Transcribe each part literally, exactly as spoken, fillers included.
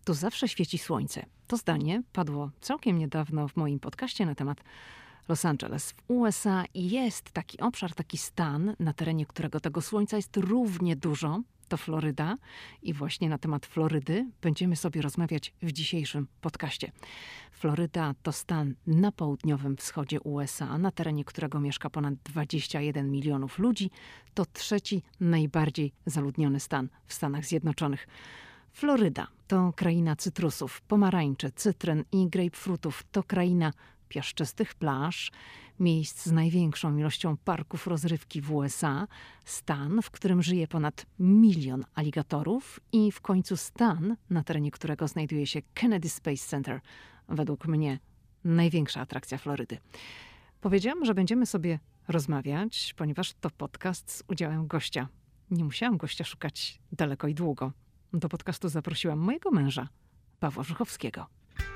Tu zawsze świeci słońce. To zdanie padło całkiem niedawno w moim podcaście na temat Los Angeles. W U S A jest taki obszar, taki stan, na terenie którego tego słońca jest równie dużo. To Floryda i właśnie na temat Florydy będziemy sobie rozmawiać w dzisiejszym podcaście. Floryda to stan na południowym wschodzie U S A, na terenie którego mieszka ponad dwadzieścia jeden milionów ludzi. To trzeci najbardziej zaludniony stan w Stanach Zjednoczonych. Floryda to kraina cytrusów, pomarańczy, cytryn i grapefruitów. To kraina piaszczystych plaż, miejsc z największą ilością parków rozrywki w U S A, stan, w którym żyje ponad milion aligatorów i w końcu stan, na terenie którego znajduje się Kennedy Space Center. Według mnie największa atrakcja Florydy. Powiedziałam, że będziemy sobie rozmawiać, ponieważ to podcast z udziałem gościa. Nie musiałam gościa szukać daleko i długo. Do podcastu zaprosiłam mojego męża, Pawła Żuchowskiego.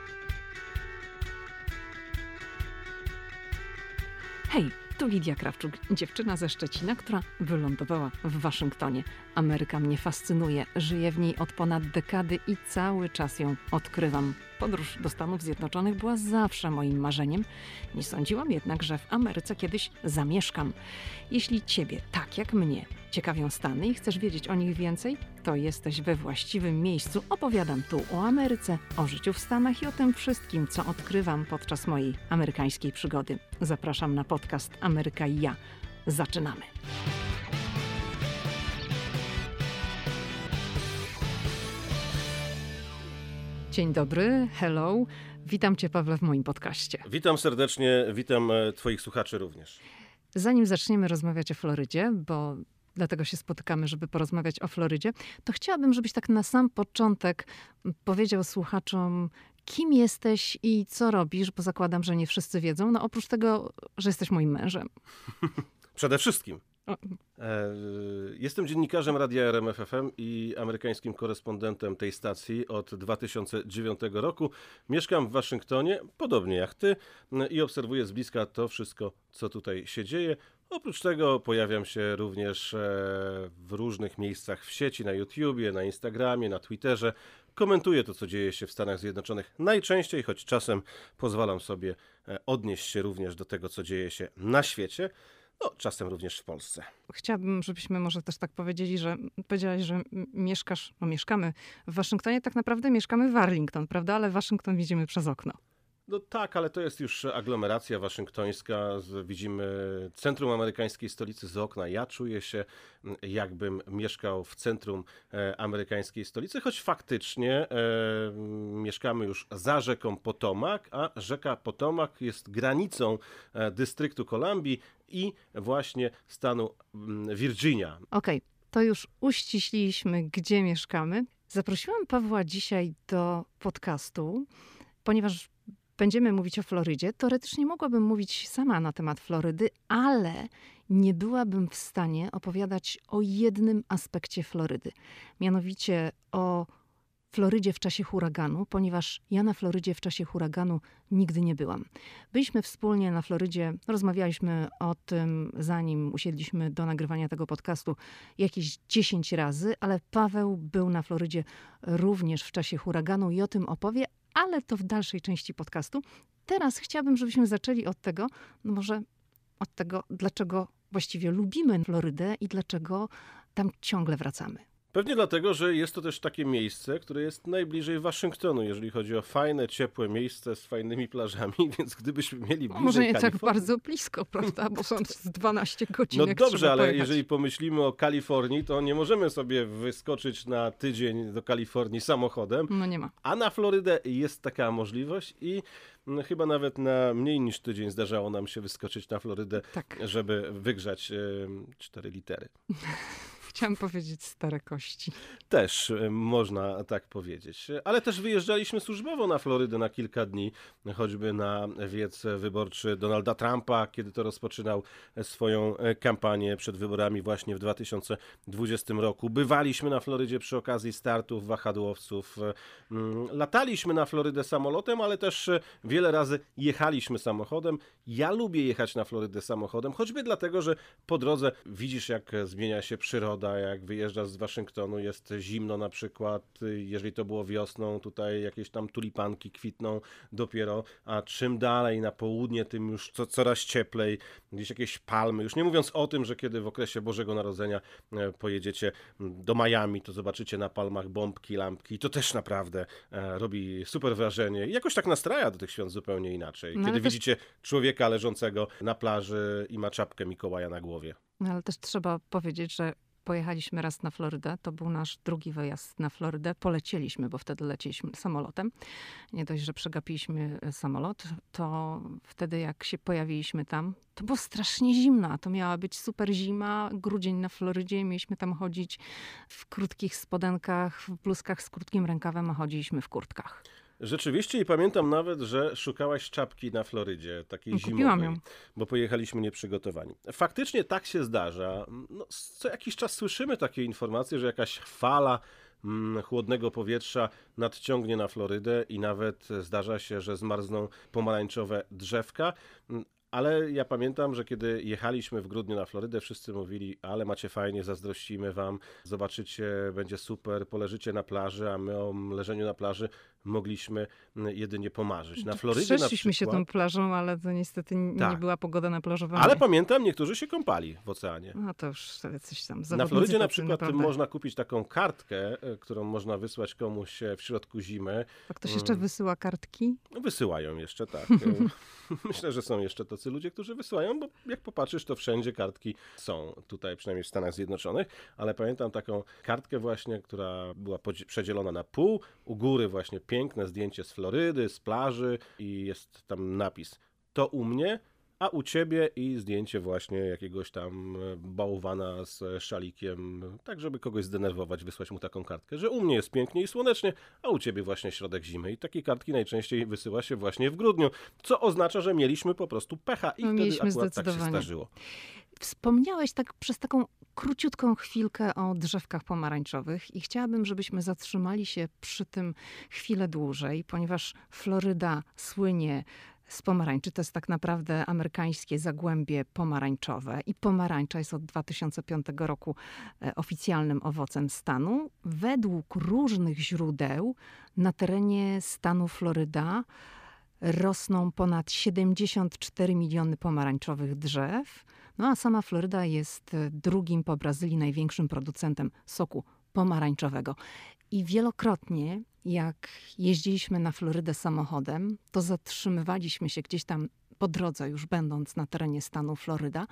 Hej, tu Lidia Krawczuk, dziewczyna ze Szczecina, która wylądowała w Waszyngtonie. Ameryka mnie fascynuje, żyję w niej od ponad dekady i cały czas ją odkrywam. Podróż do Stanów Zjednoczonych była zawsze moim marzeniem. Nie sądziłam jednak, że w Ameryce kiedyś zamieszkam. Jeśli Ciebie, tak jak mnie, ciekawią Stany i chcesz wiedzieć o nich więcej, to jesteś we właściwym miejscu. Opowiadam tu o Ameryce, o życiu w Stanach i o tym wszystkim, co odkrywam podczas mojej amerykańskiej przygody. Zapraszam na podcast Ameryka i ja. Zaczynamy! Dzień dobry, hello. Witam Cię, Pawle, w moim podcaście. Witam serdecznie, witam Twoich słuchaczy również. Zanim zaczniemy rozmawiać o Florydzie, bo dlatego się spotykamy, żeby porozmawiać o Florydzie, to chciałabym, żebyś tak na sam początek powiedział słuchaczom, kim jesteś i co robisz, bo zakładam, że nie wszyscy wiedzą, no oprócz tego, że jesteś moim mężem. Przede wszystkim. E, jestem dziennikarzem Radia R M F F M i amerykańskim korespondentem tej stacji od dwa tysiące dziewiątego roku. Mieszkam w Waszyngtonie, podobnie jak ty, i obserwuję z bliska to wszystko, co tutaj się dzieje. Oprócz tego pojawiam się również w różnych miejscach w sieci, na YouTubie, na Instagramie, na Twitterze. Komentuję to, co dzieje się w Stanach Zjednoczonych najczęściej, choć czasem pozwalam sobie odnieść się również do tego, co dzieje się na świecie. No, czasem również w Polsce. Chciałabym, żebyśmy może też tak powiedzieli, że powiedziałaś, że mieszkasz, no mieszkamy w Waszyngtonie, tak naprawdę mieszkamy w Arlington, prawda? Ale Waszyngton widzimy przez okno. No tak, ale to jest już aglomeracja waszyngtońska. Widzimy centrum amerykańskiej stolicy z okna. Ja czuję się, jakbym mieszkał w centrum amerykańskiej stolicy, choć faktycznie e, mieszkamy już za rzeką Potomac, a rzeka Potomac jest granicą dystryktu Kolumbii i właśnie stanu Virginia. Okej, okay, to już uściśliliśmy, gdzie mieszkamy. Zaprosiłam Pawła dzisiaj do podcastu, ponieważ będziemy mówić o Florydzie. Teoretycznie mogłabym mówić sama na temat Florydy, ale nie byłabym w stanie opowiadać o jednym aspekcie Florydy. Mianowicie o Florydzie w czasie huraganu, ponieważ ja na Florydzie w czasie huraganu nigdy nie byłam. Byliśmy wspólnie na Florydzie, rozmawialiśmy o tym, zanim usiedliśmy do nagrywania tego podcastu, jakieś dziesięć razy, ale Paweł był na Florydzie również w czasie huraganu i o tym opowie, ale to w dalszej części podcastu. Teraz chciałabym, żebyśmy zaczęli od tego, no może od tego, dlaczego właściwie lubimy Florydę i dlaczego tam ciągle wracamy. Pewnie dlatego, że jest to też takie miejsce, które jest najbliżej Waszyngtonu, jeżeli chodzi o fajne, ciepłe miejsce z fajnymi plażami, więc gdybyśmy mieli bliżej Może nie Kalifornii... tak bardzo blisko, prawda, bo są z dwanaście godzin. No dobrze, ale pojechać. Jeżeli pomyślimy o Kalifornii, to nie możemy sobie wyskoczyć na tydzień do Kalifornii samochodem. No nie ma. A na Florydę jest taka możliwość i no, chyba nawet na mniej niż tydzień zdarzało nam się wyskoczyć na Florydę, tak, żeby wygrzać y, cztery litery. Chciałam powiedzieć stare kości. Też można tak powiedzieć. Ale też wyjeżdżaliśmy służbowo na Florydę na kilka dni, choćby na wiec wyborczy Donalda Trumpa, kiedy to rozpoczynał swoją kampanię przed wyborami właśnie w dwa tysiące dwudziestym roku. Bywaliśmy na Florydzie przy okazji startów wahadłowców. Lataliśmy na Florydę samolotem, ale też wiele razy jechaliśmy samochodem. Ja lubię jechać na Florydę samochodem, choćby dlatego, że po drodze widzisz, jak zmienia się przyroda, pogoda, jak wyjeżdżasz z Waszyngtonu, jest zimno na przykład, jeżeli to było wiosną, tutaj jakieś tam tulipanki kwitną dopiero, a czym dalej na południe, tym już co, coraz cieplej, gdzieś jakieś palmy, już nie mówiąc o tym, że kiedy w okresie Bożego Narodzenia e, pojedziecie do Miami, to zobaczycie na palmach bombki, lampki, to też naprawdę e, robi super wrażenie i jakoś tak nastraja do tych świąt zupełnie inaczej, No, kiedy ale też- widzicie człowieka leżącego na plaży i ma czapkę Mikołaja na głowie. No, ale też trzeba powiedzieć, że pojechaliśmy raz na Florydę. To był nasz drugi wyjazd na Florydę. Polecieliśmy, bo wtedy leciliśmy samolotem. Nie dość, że przegapiliśmy samolot, to wtedy jak się pojawiliśmy tam, to było strasznie zimno. A to miała być super zima, grudzień na Florydzie. Mieliśmy tam chodzić w krótkich spodenkach, w bluzkach z krótkim rękawem, a chodziliśmy w kurtkach. Rzeczywiście i pamiętam nawet, że szukałaś czapki na Florydzie, takiej Kupiłam zimowej, ją. bo pojechaliśmy nieprzygotowani. Faktycznie tak się zdarza. No, co jakiś czas słyszymy takie informacje, że jakaś fala mm, chłodnego powietrza nadciągnie na Florydę i nawet zdarza się, że zmarzną pomarańczowe drzewka. Mm, Ale ja pamiętam, że kiedy jechaliśmy w grudniu na Florydę, wszyscy mówili, ale macie fajnie, zazdrościmy wam, zobaczycie, będzie super, poleżycie na plaży, a my o leżeniu na plaży mogliśmy mm, jedynie pomarzyć. Na Florydzie na Przeszliśmy się przykład, tą plażą, ale to niestety nie Tak. była pogoda na plażowanie. ale pamiętam, niektórzy się kąpali w oceanie. No to już coś tam. Na zawodnicy Florydzie na tacy przykład naprawdę. można kupić taką kartkę, e, którą można wysłać komuś e, w środku zimy. A ktoś jeszcze Mm. wysyła kartki? No, wysyłają jeszcze, tak. E, Myślę, że są jeszcze tacy ludzie, którzy wysyłają, bo jak popatrzysz, to wszędzie kartki są, tutaj przynajmniej w Stanach Zjednoczonych, ale pamiętam taką kartkę właśnie, która była podzi- przedzielona na pół, u góry właśnie piękne zdjęcie z Florydy, z plaży i jest tam napis to u mnie, a u ciebie i zdjęcie właśnie jakiegoś tam e, bałwana z e, szalikiem, tak żeby kogoś zdenerwować, wysłać mu taką kartkę, że u mnie jest pięknie i słonecznie, a u ciebie właśnie środek zimy. I takie kartki najczęściej wysyła się właśnie w grudniu, co oznacza, że mieliśmy po prostu pecha i No, wtedy mieliśmy akurat tak się zdecydowanie. zdarzyło. Wspomniałeś tak przez taką króciutką chwilkę o drzewkach pomarańczowych i chciałabym, żebyśmy zatrzymali się przy tym chwilę dłużej, ponieważ Floryda słynie z pomarańczy. To jest tak naprawdę amerykańskie zagłębie pomarańczowe i pomarańcza jest od dwa tysiące piątego roku e, oficjalnym owocem stanu. Według różnych źródeł na terenie stanu Floryda rosną ponad siedemdziesiąt cztery miliony pomarańczowych drzew. No a sama Floryda jest e, drugim po Brazylii największym producentem soku pomarańczowego. I wielokrotnie, jak jeździliśmy na Florydę samochodem, to zatrzymywaliśmy się gdzieś tam po drodze, już będąc na terenie stanu Floryda,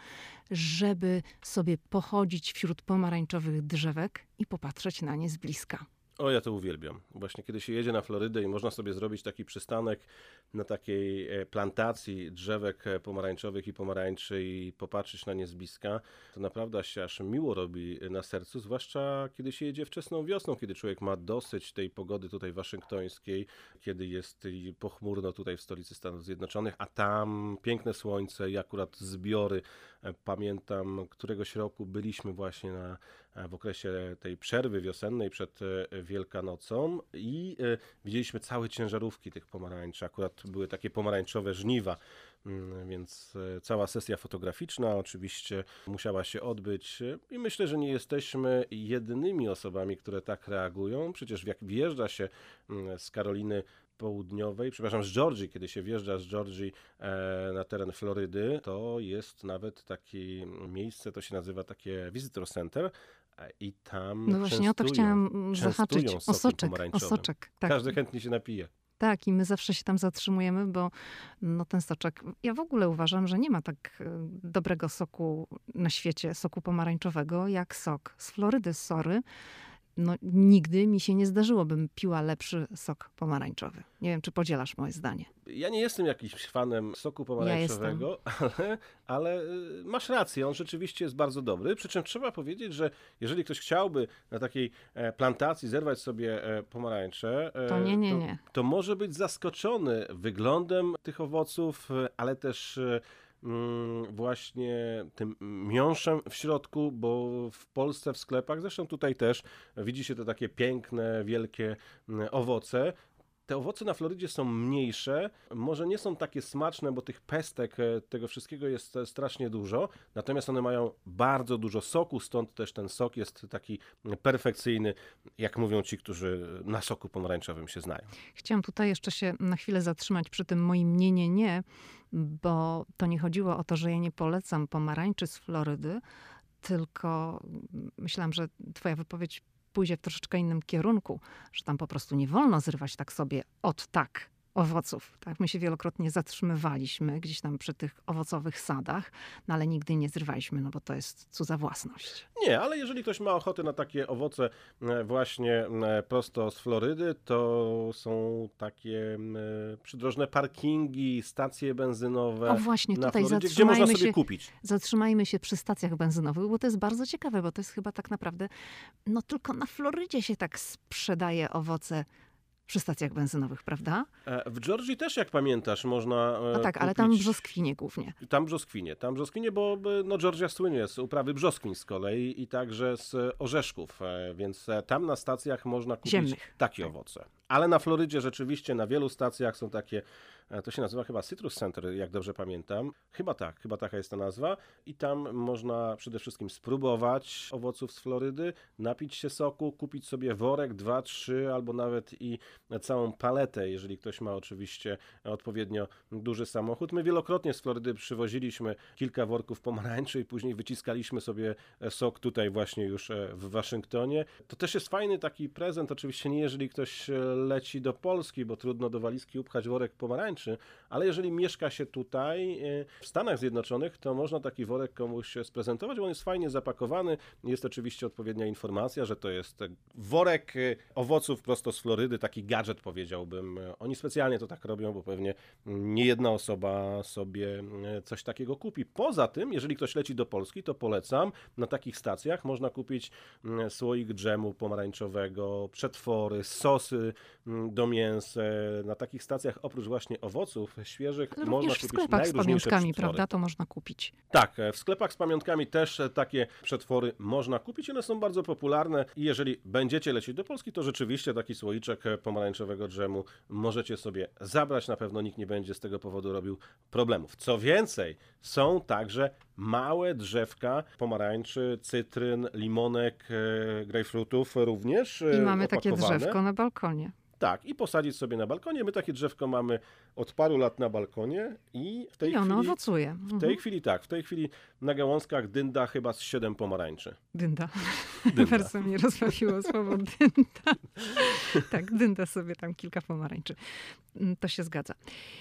żeby sobie pochodzić wśród pomarańczowych drzewek i popatrzeć na nie z bliska. O, ja to uwielbiam. Właśnie kiedy się jedzie na Florydę i można sobie zrobić taki przystanek na takiej e, plantacji drzewek e, pomarańczowych i pomarańczy i popatrzeć na nie z bliska, to naprawdę się aż miło robi na sercu, zwłaszcza kiedy się jedzie wczesną wiosną, kiedy człowiek ma dosyć tej pogody tutaj waszyngtońskiej, kiedy jest i pochmurno tutaj w stolicy Stanów Zjednoczonych, a tam piękne słońce i akurat zbiory. E, Pamiętam, któregoś roku byliśmy właśnie na, w okresie tej przerwy wiosennej przed e, Wielkanocą i e, widzieliśmy całe ciężarówki tych pomarańczy. Akurat były takie pomarańczowe żniwa, mm, więc e, cała sesja fotograficzna oczywiście musiała się odbyć e, i myślę, że nie jesteśmy jedynymi osobami, które tak reagują. Przecież jak wjeżdża się mm, z Karoliny Południowej, przepraszam, z Georgii, kiedy się wjeżdża z Georgii e, na teren Florydy, to jest nawet takie miejsce, to się nazywa takie Visitor Center, e, i tam No właśnie o to częstują- chciałam mm, zahaczyć. częstują sokiem Osoczek, pomarańczowym. osoczek. Tak. Każdy chętnie się napije. Tak, i my zawsze się tam zatrzymujemy, bo no, ten soczek, ja w ogóle uważam, że nie ma tak e, dobrego soku na świecie, soku pomarańczowego, jak sok z Florydy, sorry. No, nigdy mi się nie zdarzyło, bym piła lepszy sok pomarańczowy. Nie wiem, czy podzielasz moje zdanie. Ja nie jestem jakimś fanem soku pomarańczowego, ale, ale y, masz rację, on rzeczywiście jest bardzo dobry. Przy czym trzeba powiedzieć, że jeżeli ktoś chciałby na takiej e, plantacji zerwać sobie e, pomarańcze, e, To nie, nie, to, nie. to może być zaskoczony wyglądem tych owoców, e, ale też e, mm, właśnie tym miąższem w środku, bo w Polsce w sklepach, zresztą tutaj też widzi się te takie piękne, wielkie mm, owoce. Te owoce na Florydzie są mniejsze, może nie są takie smaczne, bo tych pestek, tego wszystkiego jest strasznie dużo, natomiast one mają bardzo dużo soku, stąd też ten sok jest taki perfekcyjny, jak mówią ci, którzy na soku pomarańczowym się znają. Chciałam tutaj jeszcze się na chwilę zatrzymać przy tym moim nie, nie, nie, bo to nie chodziło o to, że ja nie polecam pomarańczy z Florydy, tylko myślałam, że twoja wypowiedź pójdzie w troszeczkę innym kierunku, że tam po prostu nie wolno zrywać tak sobie od tak owoców. Tak? My się wielokrotnie zatrzymywaliśmy gdzieś tam przy tych owocowych sadach, no ale nigdy nie zrywaliśmy, no bo to jest cudza własność. Nie, ale jeżeli ktoś ma ochotę na takie owoce właśnie prosto z Florydy, to są takie przydrożne parkingi, stacje benzynowe. O właśnie, na tutaj Florydzie, gdzie można sobie się, kupić. Zatrzymajmy się przy stacjach benzynowych, bo to jest bardzo ciekawe, bo to jest chyba tak naprawdę, no tylko na Florydzie się tak sprzedaje owoce przy stacjach benzynowych, prawda? W Georgii też, jak pamiętasz, można No tak, kupić... ale tam brzoskwinie głównie. Tam brzoskwinie, tam brzoskwinie, bo no, Georgia słynie z uprawy brzoskwiń z kolei i także z orzeszków, więc tam na stacjach można kupić Ziemnych. takie owoce. Ale na Florydzie rzeczywiście na wielu stacjach są takie, to się nazywa chyba Citrus Center, jak dobrze pamiętam. Chyba tak, chyba taka jest ta nazwa. I tam można przede wszystkim spróbować owoców z Florydy, napić się soku, kupić sobie worek, dwa, trzy albo nawet i całą paletę, jeżeli ktoś ma oczywiście odpowiednio duży samochód. My wielokrotnie z Florydy przywoziliśmy kilka worków pomarańczy i później wyciskaliśmy sobie sok tutaj właśnie już w Waszyngtonie. To też jest fajny taki prezent, oczywiście nie jeżeli ktoś leci do Polski, bo trudno do walizki upchać worek pomarańczy, ale jeżeli mieszka się tutaj w Stanach Zjednoczonych, to można taki worek komuś sprezentować, bo on jest fajnie zapakowany. Jest oczywiście odpowiednia informacja, że to jest worek owoców prosto z Florydy, taki gadżet powiedziałbym. Oni specjalnie to tak robią, bo pewnie nie jedna osoba sobie coś takiego kupi. Poza tym, jeżeli ktoś leci do Polski, to polecam, na takich stacjach można kupić słoik dżemu pomarańczowego, przetwory, sosy do mięs. Na takich stacjach oprócz właśnie owoców świeżych Ale można również w kupić sklepach z najróżniejsze pamiątkami, przetwory. prawda? To można kupić. Tak, w sklepach z pamiątkami też takie przetwory można kupić. One są bardzo popularne i jeżeli będziecie lecieć do Polski, to rzeczywiście taki słoiczek pomarańczowego dżemu możecie sobie zabrać. Na pewno nikt nie będzie z tego powodu robił problemów. Co więcej, są także małe drzewka pomarańczy, cytryn, limonek, grejpfrutów również I mamy opakowane. takie drzewko na balkonie. Tak, i posadzić sobie na balkonie. My takie drzewko mamy od paru lat na balkonie i w tej I ono chwili... owocuje. W tej Mhm. chwili tak, w tej chwili na gałązkach dynda chyba z siedem pomarańczy. Dynda. Dynda. Bardzo mnie rozbawiło słowo dynda. Tak, dynda sobie tam kilka pomarańczy. To się zgadza.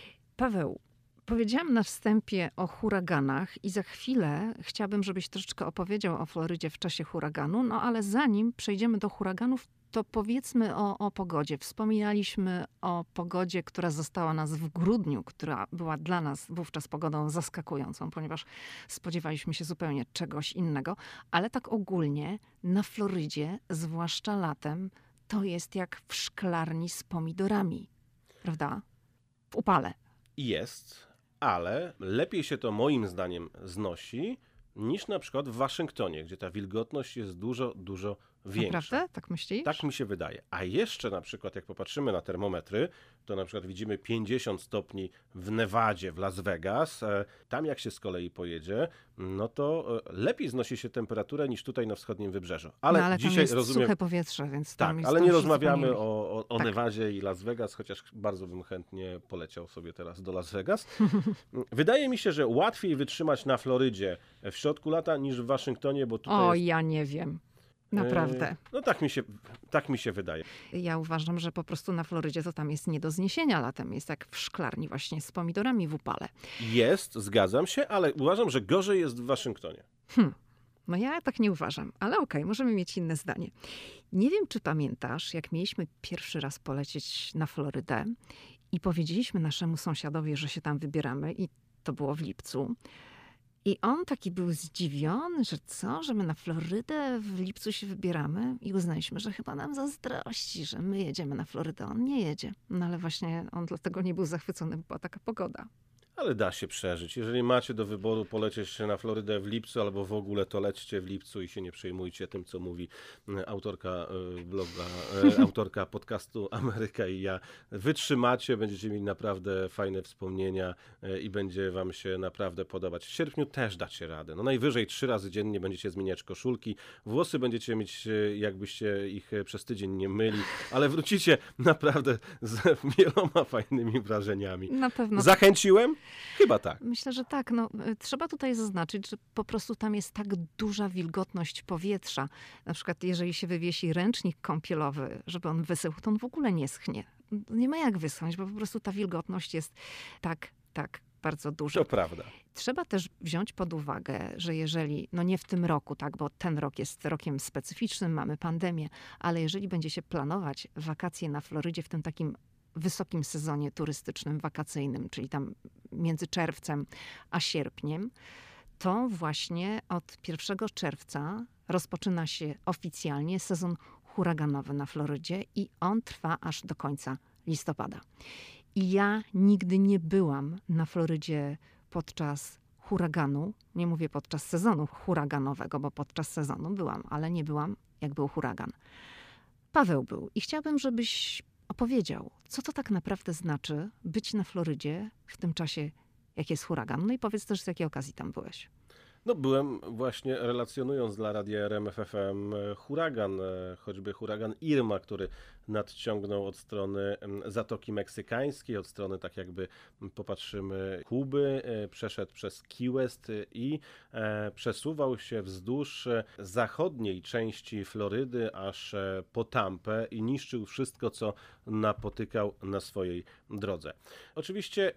Paweł, powiedziałam na wstępie o huraganach i za chwilę chciałabym, żebyś troszeczkę opowiedział o Florydzie w czasie huraganu, no ale zanim przejdziemy do huraganów, to powiedzmy o, o pogodzie. Wspominaliśmy o pogodzie, która została nas w grudniu, która była dla nas wówczas pogodą zaskakującą, ponieważ spodziewaliśmy się zupełnie czegoś innego. Ale tak ogólnie na Florydzie, zwłaszcza latem, to jest jak w szklarni z pomidorami. Prawda? W upale. Jest, ale lepiej się to moim zdaniem znosi niż na przykład w Waszyngtonie, gdzie ta wilgotność jest dużo, dużo większa. Naprawdę? Tak myślisz? Tak mi się wydaje. A jeszcze na przykład, jak popatrzymy na termometry, to na przykład widzimy pięćdziesiąt stopni w Nevadzie, w Las Vegas. Tam jak się z kolei pojedzie, no to lepiej znosi się temperaturę niż tutaj na wschodnim wybrzeżu. Ale, no, ale dzisiaj tam jest rozumiem... suche powietrze, więc tam Tak, jest ale tam nie się rozmawiamy zupełnie- o, o, o Tak. Nevadzie i Las Vegas, chociaż bardzo bym chętnie poleciał sobie teraz do Las Vegas. Wydaje mi się, że łatwiej wytrzymać na Florydzie w środku lata niż w Waszyngtonie, bo tutaj O, jest... ja nie wiem. Naprawdę. E, No tak mi się, tak mi się wydaje. Ja uważam, że po prostu na Florydzie to tam jest nie do zniesienia latem. Jest jak w szklarni właśnie z pomidorami w upale. Jest, zgadzam się, ale uważam, że gorzej jest w Waszyngtonie. Hm. No ja tak nie uważam, ale okej, możemy mieć inne zdanie. Nie wiem, czy pamiętasz, jak mieliśmy pierwszy raz polecieć na Florydę i powiedzieliśmy naszemu sąsiadowi, że się tam wybieramy i to było w lipcu. I on taki był zdziwiony, że co, że my na Florydę w lipcu się wybieramy i uznaliśmy, że chyba nam zazdrości, że my jedziemy na Florydę, on nie jedzie. No ale właśnie on dlatego nie był zachwycony, bo była taka pogoda. Ale da się przeżyć. Jeżeli macie do wyboru polecieć na Florydę w lipcu albo w ogóle, to lećcie w lipcu i się nie przejmujcie tym, co mówi autorka bloga, autorka podcastu Ameryka i ja. Wytrzymacie, będziecie mieli naprawdę fajne wspomnienia i będzie wam się naprawdę podobać. W sierpniu też dacie radę. No najwyżej trzy razy dziennie będziecie zmieniać koszulki. Włosy będziecie mieć, jakbyście ich przez tydzień nie myli, ale wrócicie naprawdę z wieloma fajnymi wrażeniami. Na pewno. Zachęciłem? Chyba tak. Myślę, że tak. No, trzeba tutaj zaznaczyć, że po prostu tam jest tak duża wilgotność powietrza. Na przykład jeżeli się wywiesi ręcznik kąpielowy, żeby on wysychł, to on w ogóle nie schnie. Nie ma jak wyschnąć, bo po prostu ta wilgotność jest tak, tak bardzo duża. To prawda. Trzeba też wziąć pod uwagę, że jeżeli, no nie w tym roku, tak, bo ten rok jest rokiem specyficznym, mamy pandemię, ale jeżeli będzie się planować wakacje na Florydzie w tym takim wysokim sezonie turystycznym, wakacyjnym, czyli tam między czerwcem a sierpniem, to właśnie od pierwszego czerwca rozpoczyna się oficjalnie sezon huraganowy na Florydzie i on trwa aż do końca listopada. I ja nigdy nie byłam na Florydzie podczas huraganu, nie mówię podczas sezonu huraganowego, bo podczas sezonu byłam, ale nie byłam, jak był huragan. Paweł był i chciałabym, żebyś opowiedział, co to tak naprawdę znaczy być na Florydzie w tym czasie, jak jest huragan. No i powiedz też, z jakiej okazji tam byłeś. No byłem właśnie relacjonując dla radia R M F F M huragan, choćby huragan Irma, który nadciągnął od strony Zatoki Meksykańskiej, od strony tak jakby popatrzymy Kuby, przeszedł przez Key West i przesuwał się wzdłuż zachodniej części Florydy aż po Tampę i niszczył wszystko, co napotykał na swojej drodze. Oczywiście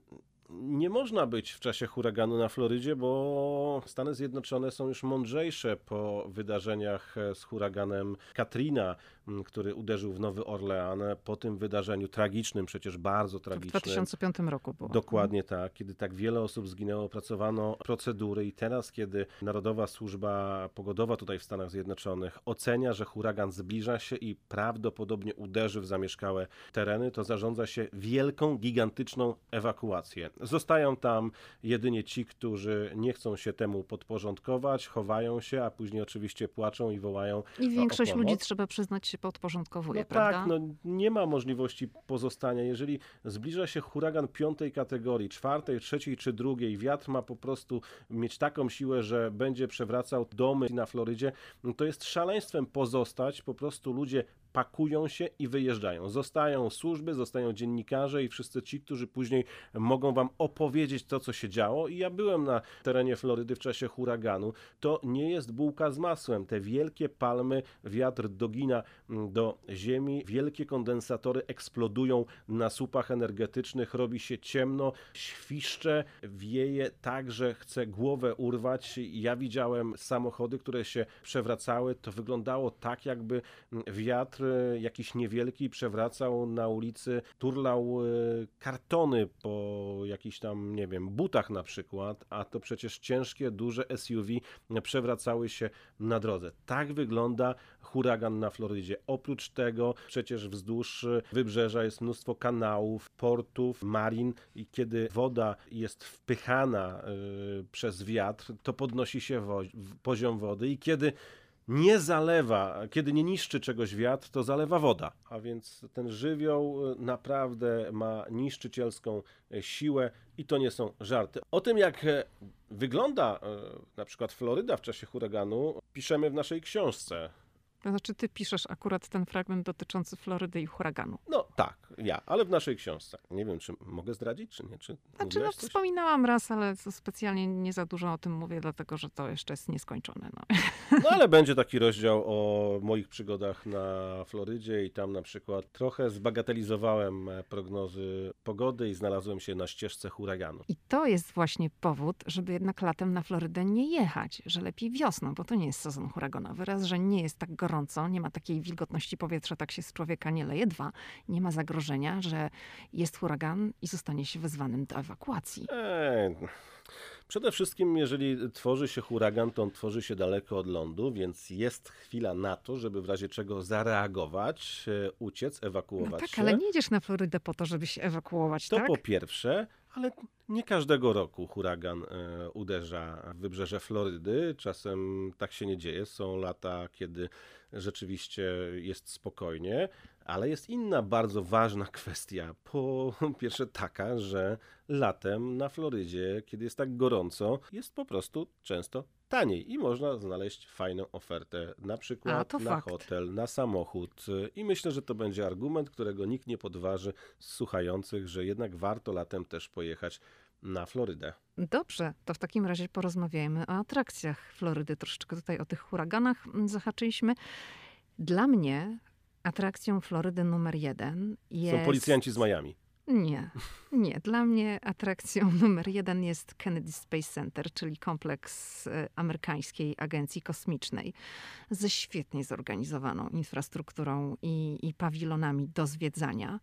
nie można być w czasie huraganu na Florydzie, bo Stany Zjednoczone są już mądrzejsze po wydarzeniach z huraganem Katrina, który uderzył w Nowy Orlean. Po tym wydarzeniu tragicznym, przecież bardzo tragicznym. To w dwa tysiące piątym roku było. Dokładnie tak. Kiedy tak wiele osób zginęło, opracowano procedury i teraz, kiedy Narodowa Służba Pogodowa tutaj w Stanach Zjednoczonych ocenia, że huragan zbliża się i prawdopodobnie uderzy w zamieszkałe tereny, to zarządza się wielką, gigantyczną ewakuację. Zostają tam jedynie ci, którzy nie chcą się temu podporządkować, chowają się, a później oczywiście płaczą i wołają I większość o pomoc. ludzi, trzeba przyznać, się podporządkowuje, No prawda? tak, no nie ma możliwości pozostania. Jeżeli zbliża się huragan piątej kategorii, czwartej, trzeciej czy drugiej, wiatr ma po prostu mieć taką siłę, że będzie przewracał domy na Florydzie, no to jest szaleństwem pozostać. Po prostu ludzie pakują się i wyjeżdżają. Zostają służby, zostają dziennikarze i wszyscy ci, którzy później mogą wam opowiedzieć to, co się działo. I ja byłem na terenie Florydy w czasie huraganu. To nie jest bułka z masłem. Te wielkie palmy, wiatr dogina do ziemi, wielkie kondensatory eksplodują na słupach energetycznych, robi się ciemno, świszcze, wieje tak, że chce głowę urwać. Ja widziałem samochody, które się przewracały. To wyglądało tak, jakby wiatr jakiś niewielki przewracał na ulicy, turlał kartony po jakichś tam, nie wiem, butach na przykład, a to przecież ciężkie, duże S U V przewracały się na drodze. Tak wygląda huragan na Florydzie. Oprócz tego przecież wzdłuż wybrzeża jest mnóstwo kanałów, portów, marin i kiedy woda jest wpychana y, przez wiatr, to podnosi się wo- poziom wody i kiedy nie zalewa, kiedy nie niszczy czegoś wiatr, to zalewa woda. A więc ten żywioł naprawdę ma niszczycielską siłę i to nie są żarty. O tym, jak wygląda na przykład Floryda w czasie huraganu, piszemy w naszej książce. To znaczy ty piszesz akurat ten fragment dotyczący Florydy i huraganu. No tak, ja, ale w naszej książce. Nie wiem, czy mogę zdradzić, czy nie. Czy Znaczy, no, coś? wspominałam raz, ale to specjalnie nie za dużo o tym mówię, dlatego że to jeszcze jest nieskończone. No. No ale będzie taki rozdział o moich przygodach na Florydzie i tam na przykład trochę zbagatelizowałem prognozy pogody i znalazłem się na ścieżce huraganu. I to jest właśnie powód, żeby jednak latem na Florydę nie jechać, że lepiej wiosną, bo to nie jest sezon huraganowy. Raz, że nie jest tak gorąco, nie ma takiej wilgotności powietrza, tak się z człowieka nie leje. Dwa, nie ma zagrożenia zagrożenia, że jest huragan i zostanie się wezwanym do ewakuacji? Eee, Przede wszystkim, jeżeli tworzy się huragan, to on tworzy się daleko od lądu, więc jest chwila na to, żeby w razie czego zareagować, e, uciec, No ewakuować tak, się. ale nie jedziesz na Florydę po to, żeby się ewakuować, To tak? po pierwsze, ale nie każdego roku huragan e, uderza w wybrzeże Florydy. Czasem tak się nie dzieje. Są lata, kiedy rzeczywiście jest spokojnie, ale jest inna bardzo ważna kwestia. Po pierwsze taka, że latem na Florydzie, kiedy jest tak gorąco, jest po prostu często taniej i można znaleźć fajną ofertę, na A, przykład to na fakt. hotel, na samochód. I myślę, że to będzie argument, którego nikt nie podważy z słuchających, że jednak warto latem też pojechać na Florydę. Dobrze, to w takim razie porozmawiajmy o atrakcjach Florydy. Troszeczkę tutaj o tych huraganach mm, zahaczyliśmy. Dla mnie atrakcją Florydy numer jeden jest... Są policjanci z Miami. Nie, nie. Dla mnie atrakcją numer jeden jest Kennedy Space Center, czyli kompleks e, amerykańskiej agencji kosmicznej ze świetnie zorganizowaną infrastrukturą i, i pawilonami do zwiedzania.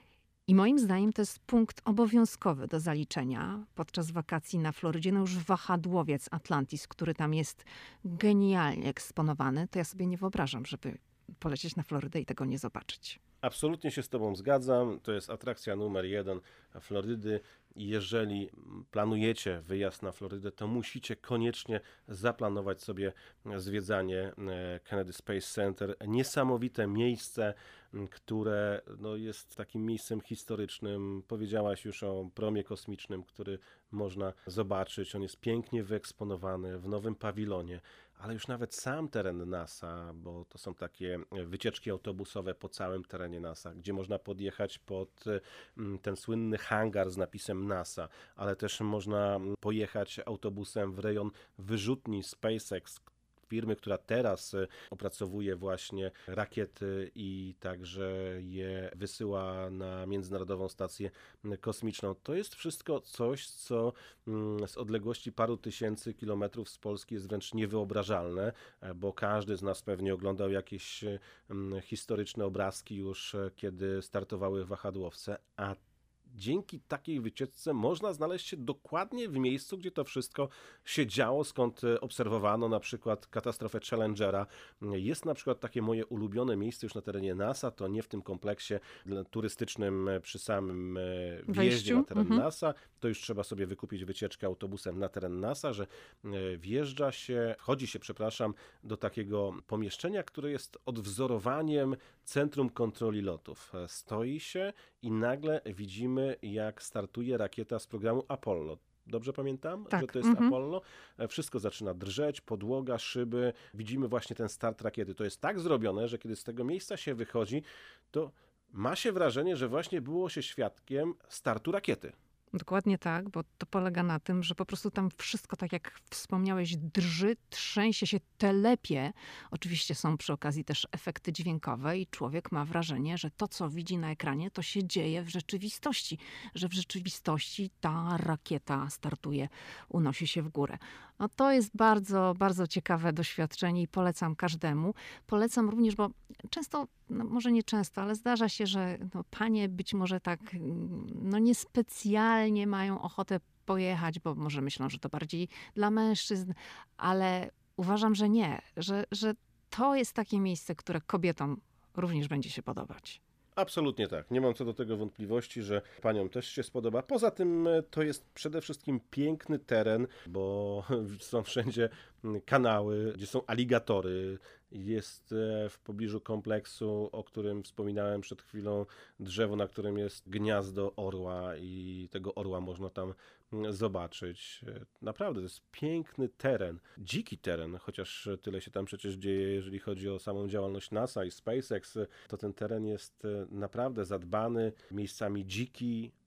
I moim zdaniem to jest punkt obowiązkowy do zaliczenia podczas wakacji na Florydzie. No już wahadłowiec Atlantis, który tam jest genialnie eksponowany, to ja sobie nie wyobrażam, żeby polecieć na Florydę i tego nie zobaczyć. Absolutnie się z Tobą zgadzam. To jest atrakcja numer jeden Florydy. Jeżeli planujecie wyjazd na Florydę, to musicie koniecznie zaplanować sobie zwiedzanie e, Kennedy Space Center. Niesamowite miejsce, m, które no, jest takim miejscem historycznym. Powiedziałaś już o promie kosmicznym, który można zobaczyć. On jest pięknie wyeksponowany w nowym pawilonie. Ale już nawet sam teren NASA, bo to są takie wycieczki autobusowe po całym terenie NASA, gdzie można podjechać pod mm, ten słynny hangar z napisem NASA, ale też można pojechać autobusem w rejon wyrzutni SpaceX, firmy, która teraz e, opracowuje właśnie rakiety i także je wysyła na Międzynarodową Stację Kosmiczną. To jest wszystko coś, co mm, z odległości paru tysięcy kilometrów z Polski jest wręcz niewyobrażalne, e, bo każdy z nas pewnie oglądał jakieś mm, historyczne obrazki już, e, kiedy startowały wahadłowce, a dzięki takiej wycieczce można znaleźć się dokładnie w miejscu, gdzie to wszystko się działo, skąd e, obserwowano na przykład katastrofę Challengera. Jest na przykład takie moje ulubione miejsce już na terenie NASA, to nie w tym kompleksie dla- turystycznym e, przy samym e, wjeździe Wejściu? na teren Mhm. NASA. To już trzeba sobie wykupić wycieczkę autobusem na teren NASA, że e, wjeżdża się, wchodzi się, przepraszam, do takiego pomieszczenia, które jest odwzorowaniem Centrum Kontroli Lotów. E, Stoi się i nagle widzimy, jak startuje rakieta z programu Apollo. Dobrze pamiętam, Tak, że to jest mhm. Apollo? E, Wszystko zaczyna drżeć, podłoga, szyby. Widzimy właśnie ten start rakiety. To jest tak zrobione, że kiedy z tego miejsca się wychodzi, to ma się wrażenie, że właśnie było się świadkiem startu rakiety. Dokładnie tak, bo to polega na tym, że po prostu tam wszystko, tak jak wspomniałeś, drży, trzęsie się, telepie. Oczywiście są przy okazji też efekty dźwiękowe i człowiek ma wrażenie, że to, co widzi na ekranie, to się dzieje w rzeczywistości. Że w rzeczywistości ta rakieta startuje, unosi się w górę. No to jest bardzo, bardzo ciekawe doświadczenie i polecam każdemu. Polecam również, bo często, no może nie często, ale zdarza się, że no, panie być może tak mm, no niespecjalnie mają ochotę pojechać, bo może myślą, że to bardziej dla mężczyzn, ale uważam, że nie, że, że to jest takie miejsce, które kobietom również będzie się podobać. Absolutnie tak. Nie mam co do tego wątpliwości, że paniom też się spodoba. Poza tym e, to jest przede wszystkim piękny teren, bo są wszędzie mm, kanały, gdzie są aligatory. Jest e, w pobliżu kompleksu, o którym wspominałem przed chwilą, drzewo, na którym jest gniazdo orła i tego orła można tam mm, zobaczyć. E, Naprawdę, to jest piękny teren. Dziki teren, chociaż tyle się tam przecież dzieje, jeżeli chodzi o samą działalność NASA i SpaceX, to ten teren jest e, naprawdę zadbany, miejscami dziki,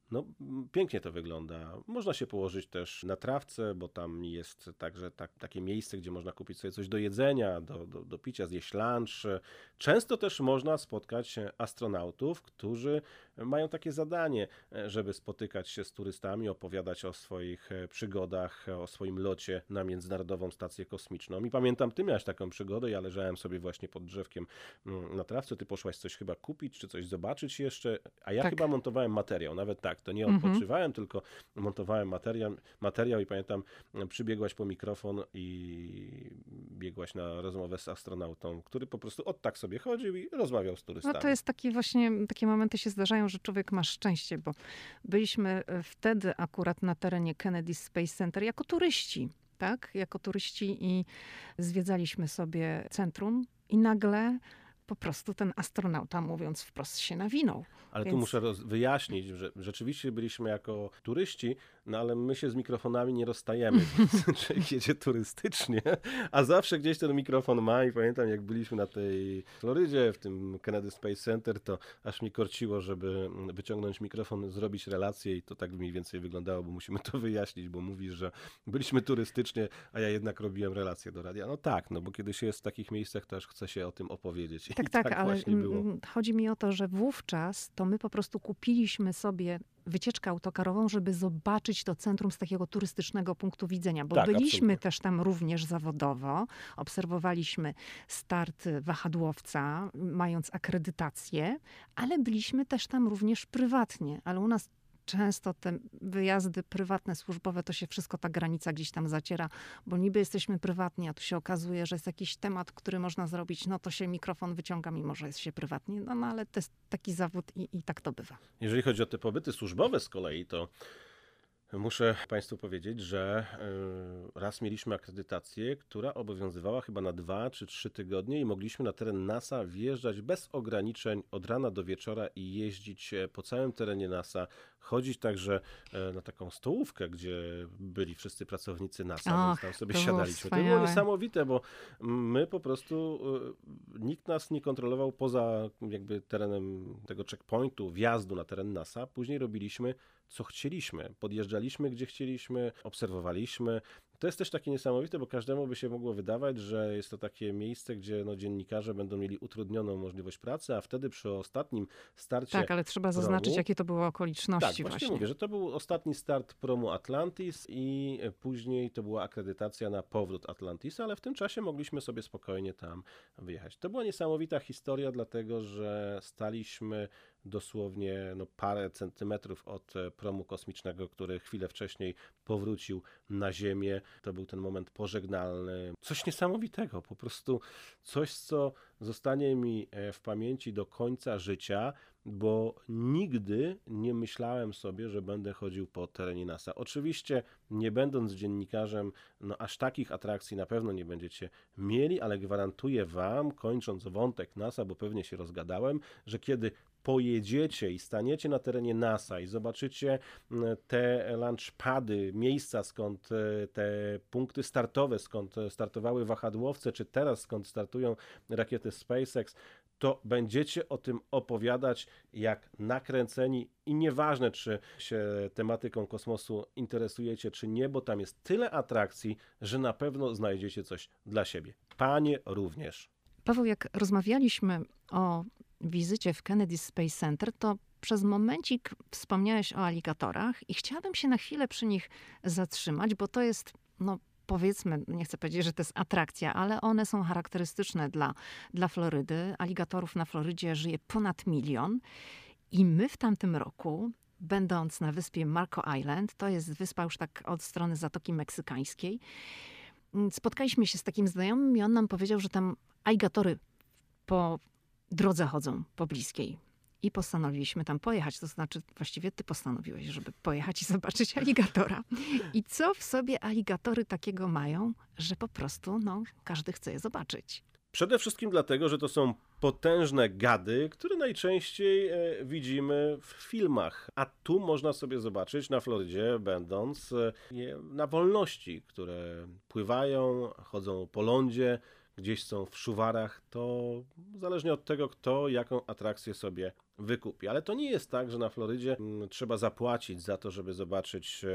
No, pięknie to wygląda. Można się położyć też na trawce, bo tam jest także tak, takie miejsce, gdzie można kupić sobie coś do jedzenia, do, do, do picia, zjeść lunch. Często też można spotkać astronautów, którzy mają takie zadanie, żeby spotykać się z turystami, opowiadać o swoich przygodach, o swoim locie na Międzynarodową Stację Kosmiczną. I pamiętam, ty miałeś taką przygodę, ja leżałem sobie właśnie pod drzewkiem na trawce, ty poszłaś coś chyba kupić, czy coś zobaczyć jeszcze, a ja Tak. chyba montowałem materiał, nawet tak, to nie Mhm. odpoczywałem, tylko montowałem materiał, materiał i pamiętam, przybiegłaś po mikrofon i biegłaś na rozmowę z astronautą, który po prostu od tak sobie chodził i rozmawiał z turystami. No to jest taki właśnie, takie momenty się zdarzają, że człowiek ma szczęście, bo byliśmy wtedy akurat na terenie Kennedy Space Center jako turyści, tak? Jako turyści i zwiedzaliśmy sobie centrum i nagle po prostu ten astronauta, mówiąc wprost, się nawinął. Ale tu Więc- muszę roz- wyjaśnić, że rzeczywiście byliśmy jako turyści, no ale my się z mikrofonami nie rozstajemy. Człowiek jedzie turystycznie, a zawsze gdzieś ten mikrofon ma i pamiętam, jak byliśmy na tej Florydzie, w tym Kennedy Space Center, to aż mi korciło, żeby wyciągnąć mikrofon, zrobić relację i to tak mniej więcej wyglądało, bo musimy to wyjaśnić, bo mówisz, że byliśmy turystycznie, a ja jednak robiłem relację do radia. No tak, no bo kiedy się jest w takich miejscach, to aż chce się o tym opowiedzieć. I Tak, tak, ale właśnie było. mm, chodzi mi o to, że wówczas to my po prostu kupiliśmy sobie wycieczkę autokarową, żeby zobaczyć to centrum z takiego turystycznego punktu widzenia, bo Tak, byliśmy absolutnie. też tam również zawodowo, obserwowaliśmy start wahadłowca, mając akredytację, ale byliśmy też tam również prywatnie, ale u nas często te wyjazdy prywatne, służbowe, to się wszystko, ta granica gdzieś tam zaciera, bo niby jesteśmy prywatni, a tu się okazuje, że jest jakiś temat, który można zrobić, no to się mikrofon wyciąga, mimo że jest się prywatnie, no, no ale to jest taki zawód i, i tak to bywa. Jeżeli chodzi o te pobyty służbowe z kolei, to muszę Państwu powiedzieć, że y, raz mieliśmy akredytację, która obowiązywała chyba na dwa czy trzy tygodnie i mogliśmy na teren NASA wjeżdżać bez ograniczeń od rana do wieczora i jeździć po całym terenie NASA, chodzić także e, na taką stołówkę, gdzie byli wszyscy pracownicy NASA, Och, więc tam sobie to było siadaliśmy. To było wspaniałe. niesamowite, bo my po prostu, y, nikt nas nie kontrolował poza jakby terenem tego checkpointu, wjazdu na teren NASA. Później robiliśmy co chcieliśmy. Podjeżdżaliśmy, gdzie chcieliśmy, obserwowaliśmy. To jest też takie niesamowite, bo każdemu by się mogło wydawać, że jest to takie miejsce, gdzie no, dziennikarze będą mieli utrudnioną możliwość pracy, a wtedy przy ostatnim starcie Tak, ale trzeba zaznaczyć, promu- jakie to były tak, okoliczności właśnie, właśnie. mówię, że to był ostatni start promu Atlantis i później to była akredytacja na powrót Atlantisa, ale w tym czasie mogliśmy sobie spokojnie tam wyjechać. To była niesamowita historia, dlatego że staliśmy dosłownie no, parę centymetrów od promu kosmicznego, który chwilę wcześniej powrócił na Ziemię. To był ten moment pożegnalny. Coś niesamowitego, po prostu coś, co zostanie mi w pamięci do końca życia, bo nigdy nie myślałem sobie, że będę chodził po terenie NASA. Oczywiście, nie będąc dziennikarzem, no aż takich atrakcji na pewno nie będziecie mieli, ale gwarantuję wam, kończąc wątek NASA, bo pewnie się rozgadałem, że kiedy pojedziecie i staniecie na terenie NASA i zobaczycie te launchpady, miejsca, skąd te punkty startowe, skąd startowały wahadłowce, czy teraz skąd startują rakiety SpaceX, to będziecie o tym opowiadać jak nakręceni i nieważne, czy się tematyką kosmosu interesujecie, czy nie, bo tam jest tyle atrakcji, że na pewno znajdziecie coś dla siebie. Panie również. Paweł, jak rozmawialiśmy o wizycie w Kennedy Space Center, to przez momencik wspomniałeś o aligatorach i chciałabym się na chwilę przy nich zatrzymać, bo to jest, no powiedzmy, nie chcę powiedzieć, że to jest atrakcja, ale one są charakterystyczne dla, dla Florydy. Aligatorów na Florydzie żyje ponad milion i my w tamtym roku, będąc na wyspie Marco Island, to jest wyspa już tak od strony Zatoki Meksykańskiej, spotkaliśmy się z takim znajomym i on nam powiedział, że tam aligatory po drodze chodzą pobliskiej. I postanowiliśmy tam pojechać. To znaczy, właściwie ty postanowiłeś, żeby pojechać i zobaczyć aligatora. I co w sobie aligatory takiego mają, że po prostu no, każdy chce je zobaczyć. Przede wszystkim dlatego, że to są potężne gady, które najczęściej e, widzimy w filmach. A tu można sobie zobaczyć na Florydzie, będąc e, je na wolności, które pływają, chodzą po lądzie, gdzieś są w szuwarach, to zależnie od tego, kto jaką atrakcję sobie wykupi. Ale to nie jest tak, że na Florydzie mm, trzeba zapłacić za to, żeby zobaczyć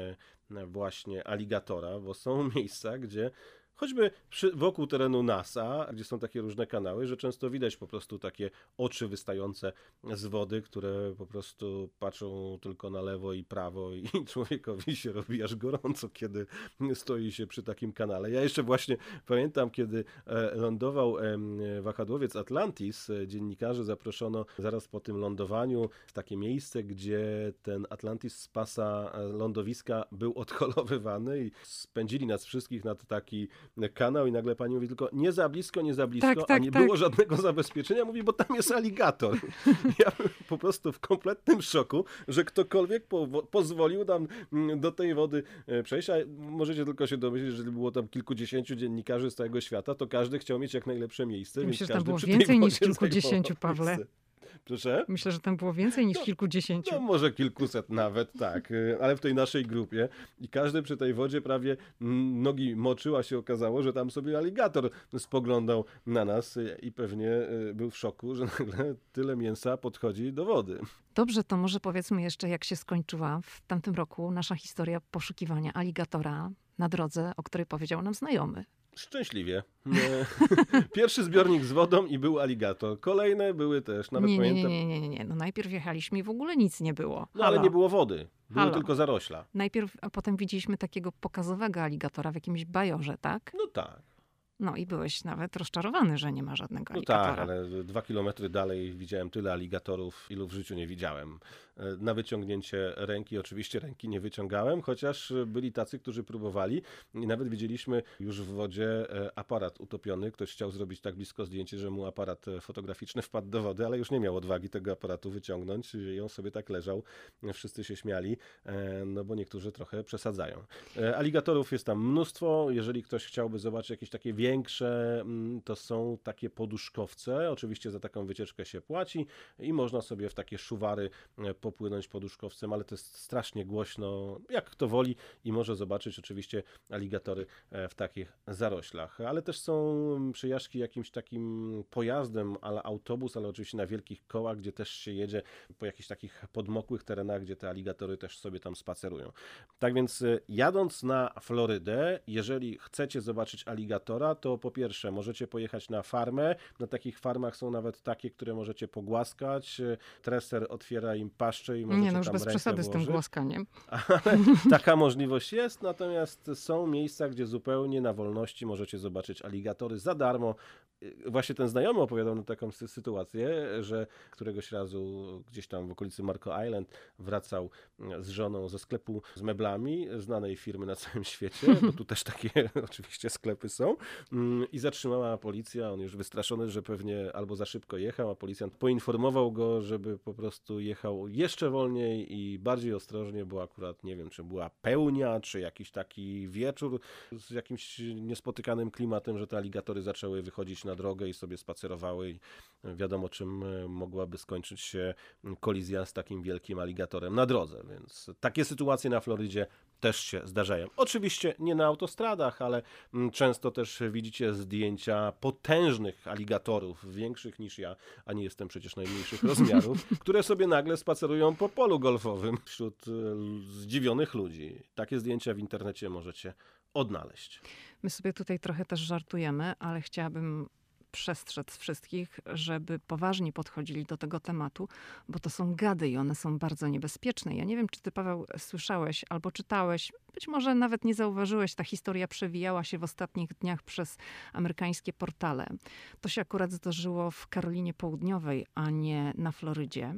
em, właśnie aligatora, bo są miejsca, gdzie choćby przy, wokół terenu NASA, gdzie są takie różne kanały, że często widać po prostu takie oczy wystające z wody, które po prostu patrzą tylko na lewo i prawo i człowiekowi się robi aż gorąco, kiedy stoi się przy takim kanale. Ja jeszcze właśnie pamiętam, kiedy e, lądował e, wahadłowiec Atlantis, e, dziennikarzy zaproszono zaraz po tym lądowaniu w takie miejsce, gdzie ten Atlantis z pasa e, lądowiska był odholowywany i spędzili nas wszystkich na taki kanał i nagle pani mówi tylko nie za blisko, nie za blisko, Tak, a tak, nie tak. było żadnego zabezpieczenia. Mówi, bo tam jest aligator. Ja byłem po prostu w kompletnym szoku, że ktokolwiek po, pozwolił nam mm, do tej wody e, przejść, a możecie tylko się domyślić, że było tam kilkudziesięciu dziennikarzy z całego świata, to każdy chciał mieć jak najlepsze miejsce. Ja więc myślę, że tam każdy było przy tej więcej niż wodzie kilkudziesięciu, zajmował Pawle. miejsce. Proszę? Myślę, że tam było więcej niż No, kilkudziesięciu. No może kilkuset nawet, tak, y, ale w tej naszej grupie i każdy przy tej wodzie prawie mm, nogi moczył, a się okazało, że tam sobie aligator spoglądał na nas y, i pewnie y, był w szoku, że nagle tyle mięsa podchodzi do wody. Dobrze, to może powiedzmy jeszcze, jak się skończyła w tamtym roku nasza historia poszukiwania aligatora na drodze, o której powiedział nam znajomy. Szczęśliwie. Nie. Pierwszy zbiornik z wodą i był aligator. Kolejne były też, nawet Nie, nie, pamiętam. nie, nie, nie, nie. No najpierw jechaliśmy i w ogóle nic nie było. No ale Halo. nie było wody. Były Halo. tylko zarośla. Najpierw, a potem widzieliśmy takiego pokazowego aligatora w jakimś bajorze, tak? No tak. No i byłeś nawet rozczarowany, że nie ma żadnego No aligatora. tak, ale dwa kilometry dalej widziałem tyle aligatorów, ilu w życiu nie widziałem. Na wyciągnięcie ręki, oczywiście ręki nie wyciągałem, chociaż byli tacy, którzy próbowali i nawet widzieliśmy już w wodzie aparat utopiony. Ktoś chciał zrobić tak blisko zdjęcie, że mu aparat fotograficzny wpadł do wody, ale już nie miał odwagi tego aparatu wyciągnąć i on sobie tak leżał. Wszyscy się śmiali, no bo niektórzy trochę przesadzają. Aligatorów jest tam mnóstwo. Jeżeli ktoś chciałby zobaczyć jakieś takie większe, to są takie poduszkowce. Oczywiście za taką wycieczkę się płaci i można sobie w takie szuwary popłynąć poduszkowcem, ale to jest strasznie głośno, jak kto woli i może zobaczyć oczywiście aligatory w takich zaroślach. Ale też są przejażdżki jakimś takim pojazdem, ale autobus, ale oczywiście na wielkich kołach, gdzie też się jedzie po jakichś takich podmokłych terenach, gdzie te aligatory też sobie tam spacerują. Tak więc jadąc na Florydę, jeżeli chcecie zobaczyć aligatora, to po pierwsze możecie pojechać na farmę. Na takich farmach są nawet takie, które możecie pogłaskać. Treser otwiera im paszczę i możecie Nie, no już tam bez rękę przesady z tym włożyć. głoskaniem. Ale taka możliwość jest, natomiast są miejsca, gdzie zupełnie na wolności możecie zobaczyć aligatory za darmo. Właśnie ten znajomy opowiadał na taką sy- sytuację, że któregoś razu gdzieś tam w okolicy Marco Island wracał z żoną ze sklepu z meblami znanej firmy na całym świecie, bo tu też takie oczywiście sklepy są, i zatrzymała policja. On już wystraszony, że pewnie albo za szybko jechał, a policjant poinformował go, żeby po prostu jechał jeszcze wolniej i bardziej ostrożnie, bo akurat nie wiem, czy była pełnia, czy jakiś taki wieczór z jakimś niespotykanym klimatem, że te aligatory zaczęły wychodzić na drogę i sobie spacerowały i wiadomo, czym mogłaby skończyć się kolizja z takim wielkim aligatorem na drodze, więc takie sytuacje na Florydzie też się zdarzają. Oczywiście nie na autostradach, ale często też widzicie zdjęcia potężnych aligatorów, większych niż ja, a nie jestem przecież najmniejszych rozmiarów, które sobie nagle spacerują po polu golfowym wśród zdziwionych ludzi. Takie zdjęcia w internecie możecie odnaleźć. My sobie tutaj trochę też żartujemy, ale chciałabym przestrzec wszystkich, żeby poważnie podchodzili do tego tematu, bo to są gady i one są bardzo niebezpieczne. Ja nie wiem, czy ty, Paweł, słyszałeś albo czytałeś, być może nawet nie zauważyłeś, ta historia przewijała się w ostatnich dniach przez amerykańskie portale. To się akurat zdarzyło w Karolinie Południowej, a nie na Florydzie.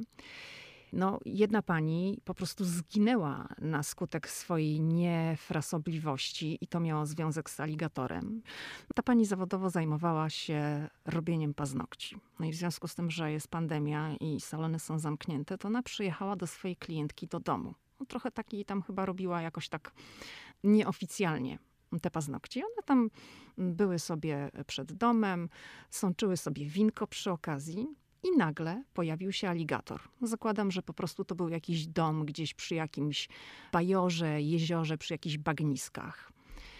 No, jedna pani po prostu zginęła na skutek swojej niefrasobliwości i to miało związek z aligatorem. Ta pani zawodowo zajmowała się robieniem paznokci. No i w związku z tym, że jest pandemia i salony są zamknięte, to ona przyjechała do swojej klientki do domu. No, trochę takiej tam chyba robiła jakoś tak nieoficjalnie te paznokcie. One tam były sobie przed domem, sączyły sobie winko przy okazji. I nagle pojawił się aligator. Zakładam, że po prostu to był jakiś dom gdzieś przy jakimś bajorze, jeziorze, przy jakichś bagniskach.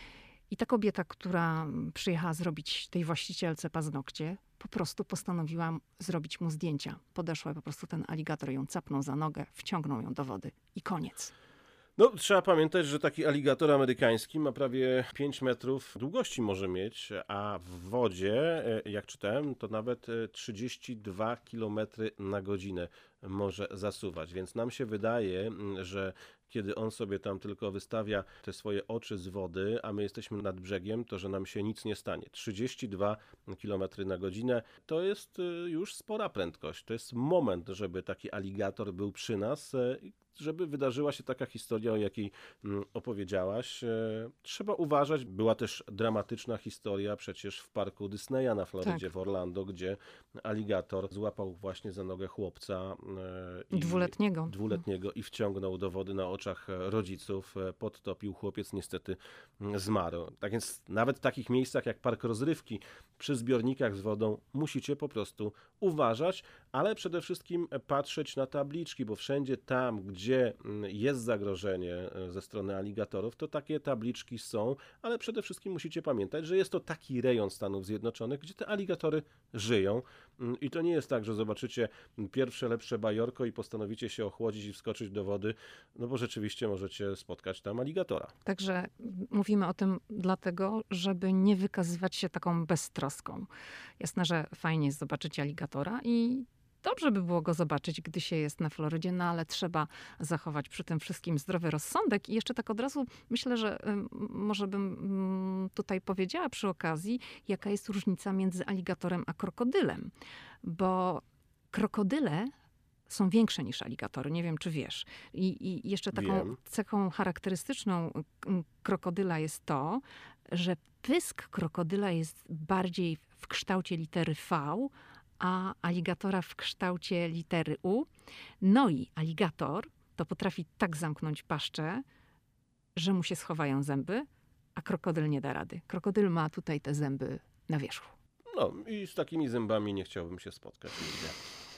I ta kobieta, która przyjechała zrobić tej właścicielce paznokcie, po prostu postanowiła zrobić mu zdjęcia. Podeszła i po prostu ten aligator ją capnął za nogę, wciągnął ją do wody i koniec. No, trzeba pamiętać, że taki aligator amerykański ma prawie pięć metrów długości może mieć, a w wodzie, jak czytałem, to nawet trzydzieści dwa kilometry na godzinę może zasuwać. Więc nam się wydaje, że kiedy on sobie tam tylko wystawia te swoje oczy z wody, a my jesteśmy nad brzegiem, to że nam się nic nie stanie. trzydzieści dwa kilometry na godzinę to jest już spora prędkość. To jest moment, żeby taki aligator był przy nas, żeby wydarzyła się taka historia, o jakiej opowiedziałaś. Trzeba uważać. Była też dramatyczna historia przecież w parku Disneya na Florydzie, tak, w Orlando, gdzie aligator złapał właśnie za nogę chłopca. I dwuletniego. Dwuletniego i wciągnął do wody na oczach rodziców. Podtopił, chłopiec niestety zmarł. Tak więc nawet w takich miejscach jak park rozrywki, przy zbiornikach z wodą musicie po prostu uważać, ale przede wszystkim patrzeć na tabliczki, bo wszędzie tam, gdzie jest zagrożenie ze strony aligatorów, to takie tabliczki są, ale przede wszystkim musicie pamiętać, że jest to taki rejon Stanów Zjednoczonych, gdzie te aligatory żyją i to nie jest tak, że zobaczycie pierwsze lepsze bajorko i postanowicie się ochłodzić i wskoczyć do wody, no bo rzeczywiście możecie spotkać tam aligatora. Także mówimy o tym dlatego, żeby nie wykazywać się taką beztroską. Jasne, że fajnie jest zobaczyć aligatora i dobrze by było go zobaczyć, gdy się jest na Florydzie, no ale trzeba zachować przy tym wszystkim zdrowy rozsądek. I jeszcze tak od razu myślę, że może bym tutaj powiedziała przy okazji, jaka jest różnica między aligatorem a krokodylem. Bo krokodyle są większe niż aligatory, nie wiem czy wiesz. I, i jeszcze taką Wiem. cechą charakterystyczną krokodyla jest to, że pysk krokodyla jest bardziej w kształcie litery V, a aligatora w kształcie litery U. No i aligator to potrafi tak zamknąć paszczę, że mu się schowają zęby, a krokodyl nie da rady. Krokodyl ma tutaj te zęby na wierzchu. No i z takimi zębami nie chciałbym się spotkać nigdy.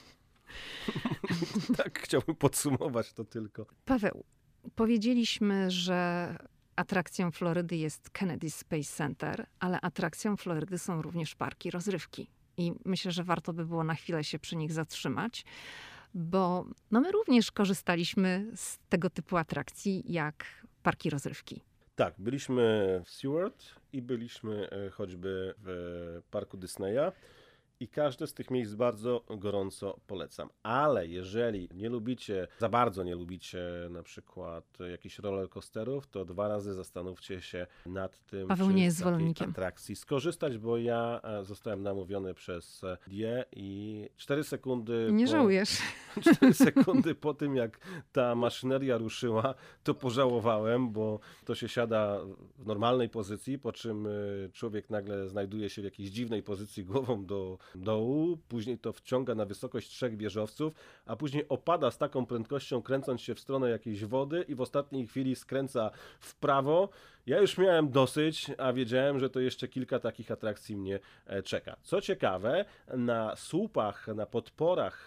Tak, chciałbym podsumować to tylko. Paweł, powiedzieliśmy, że atrakcją Florydy jest Kennedy Space Center, ale atrakcją Florydy są również parki rozrywki. I myślę, że warto by było na chwilę się przy nich zatrzymać, bo no my również korzystaliśmy z tego typu atrakcji jak parki rozrywki. Tak, byliśmy w SeaWorld i byliśmy choćby w parku Disneya. I każde z tych miejsc bardzo gorąco polecam. Ale jeżeli nie lubicie, za bardzo nie lubicie na przykład jakichś rollercoasterów, to dwa razy zastanówcie się nad tym, Paweł czy nie jest z takiej zwolennikiem atrakcji skorzystać, bo ja zostałem namówiony przez Die i cztery sekundy Nie po, żałujesz. cztery sekundy po tym, jak ta maszyneria ruszyła, to pożałowałem, bo to się siada w normalnej pozycji, po czym człowiek nagle znajduje się w jakiejś dziwnej pozycji głową do dołu, później to wciąga na wysokość trzech wieżowców, a później opada z taką prędkością, kręcąc się w stronę jakiejś wody i w ostatniej chwili skręca w prawo. Ja już miałem dosyć, a wiedziałem, że to jeszcze kilka takich atrakcji mnie czeka. Co ciekawe, na słupach, na podporach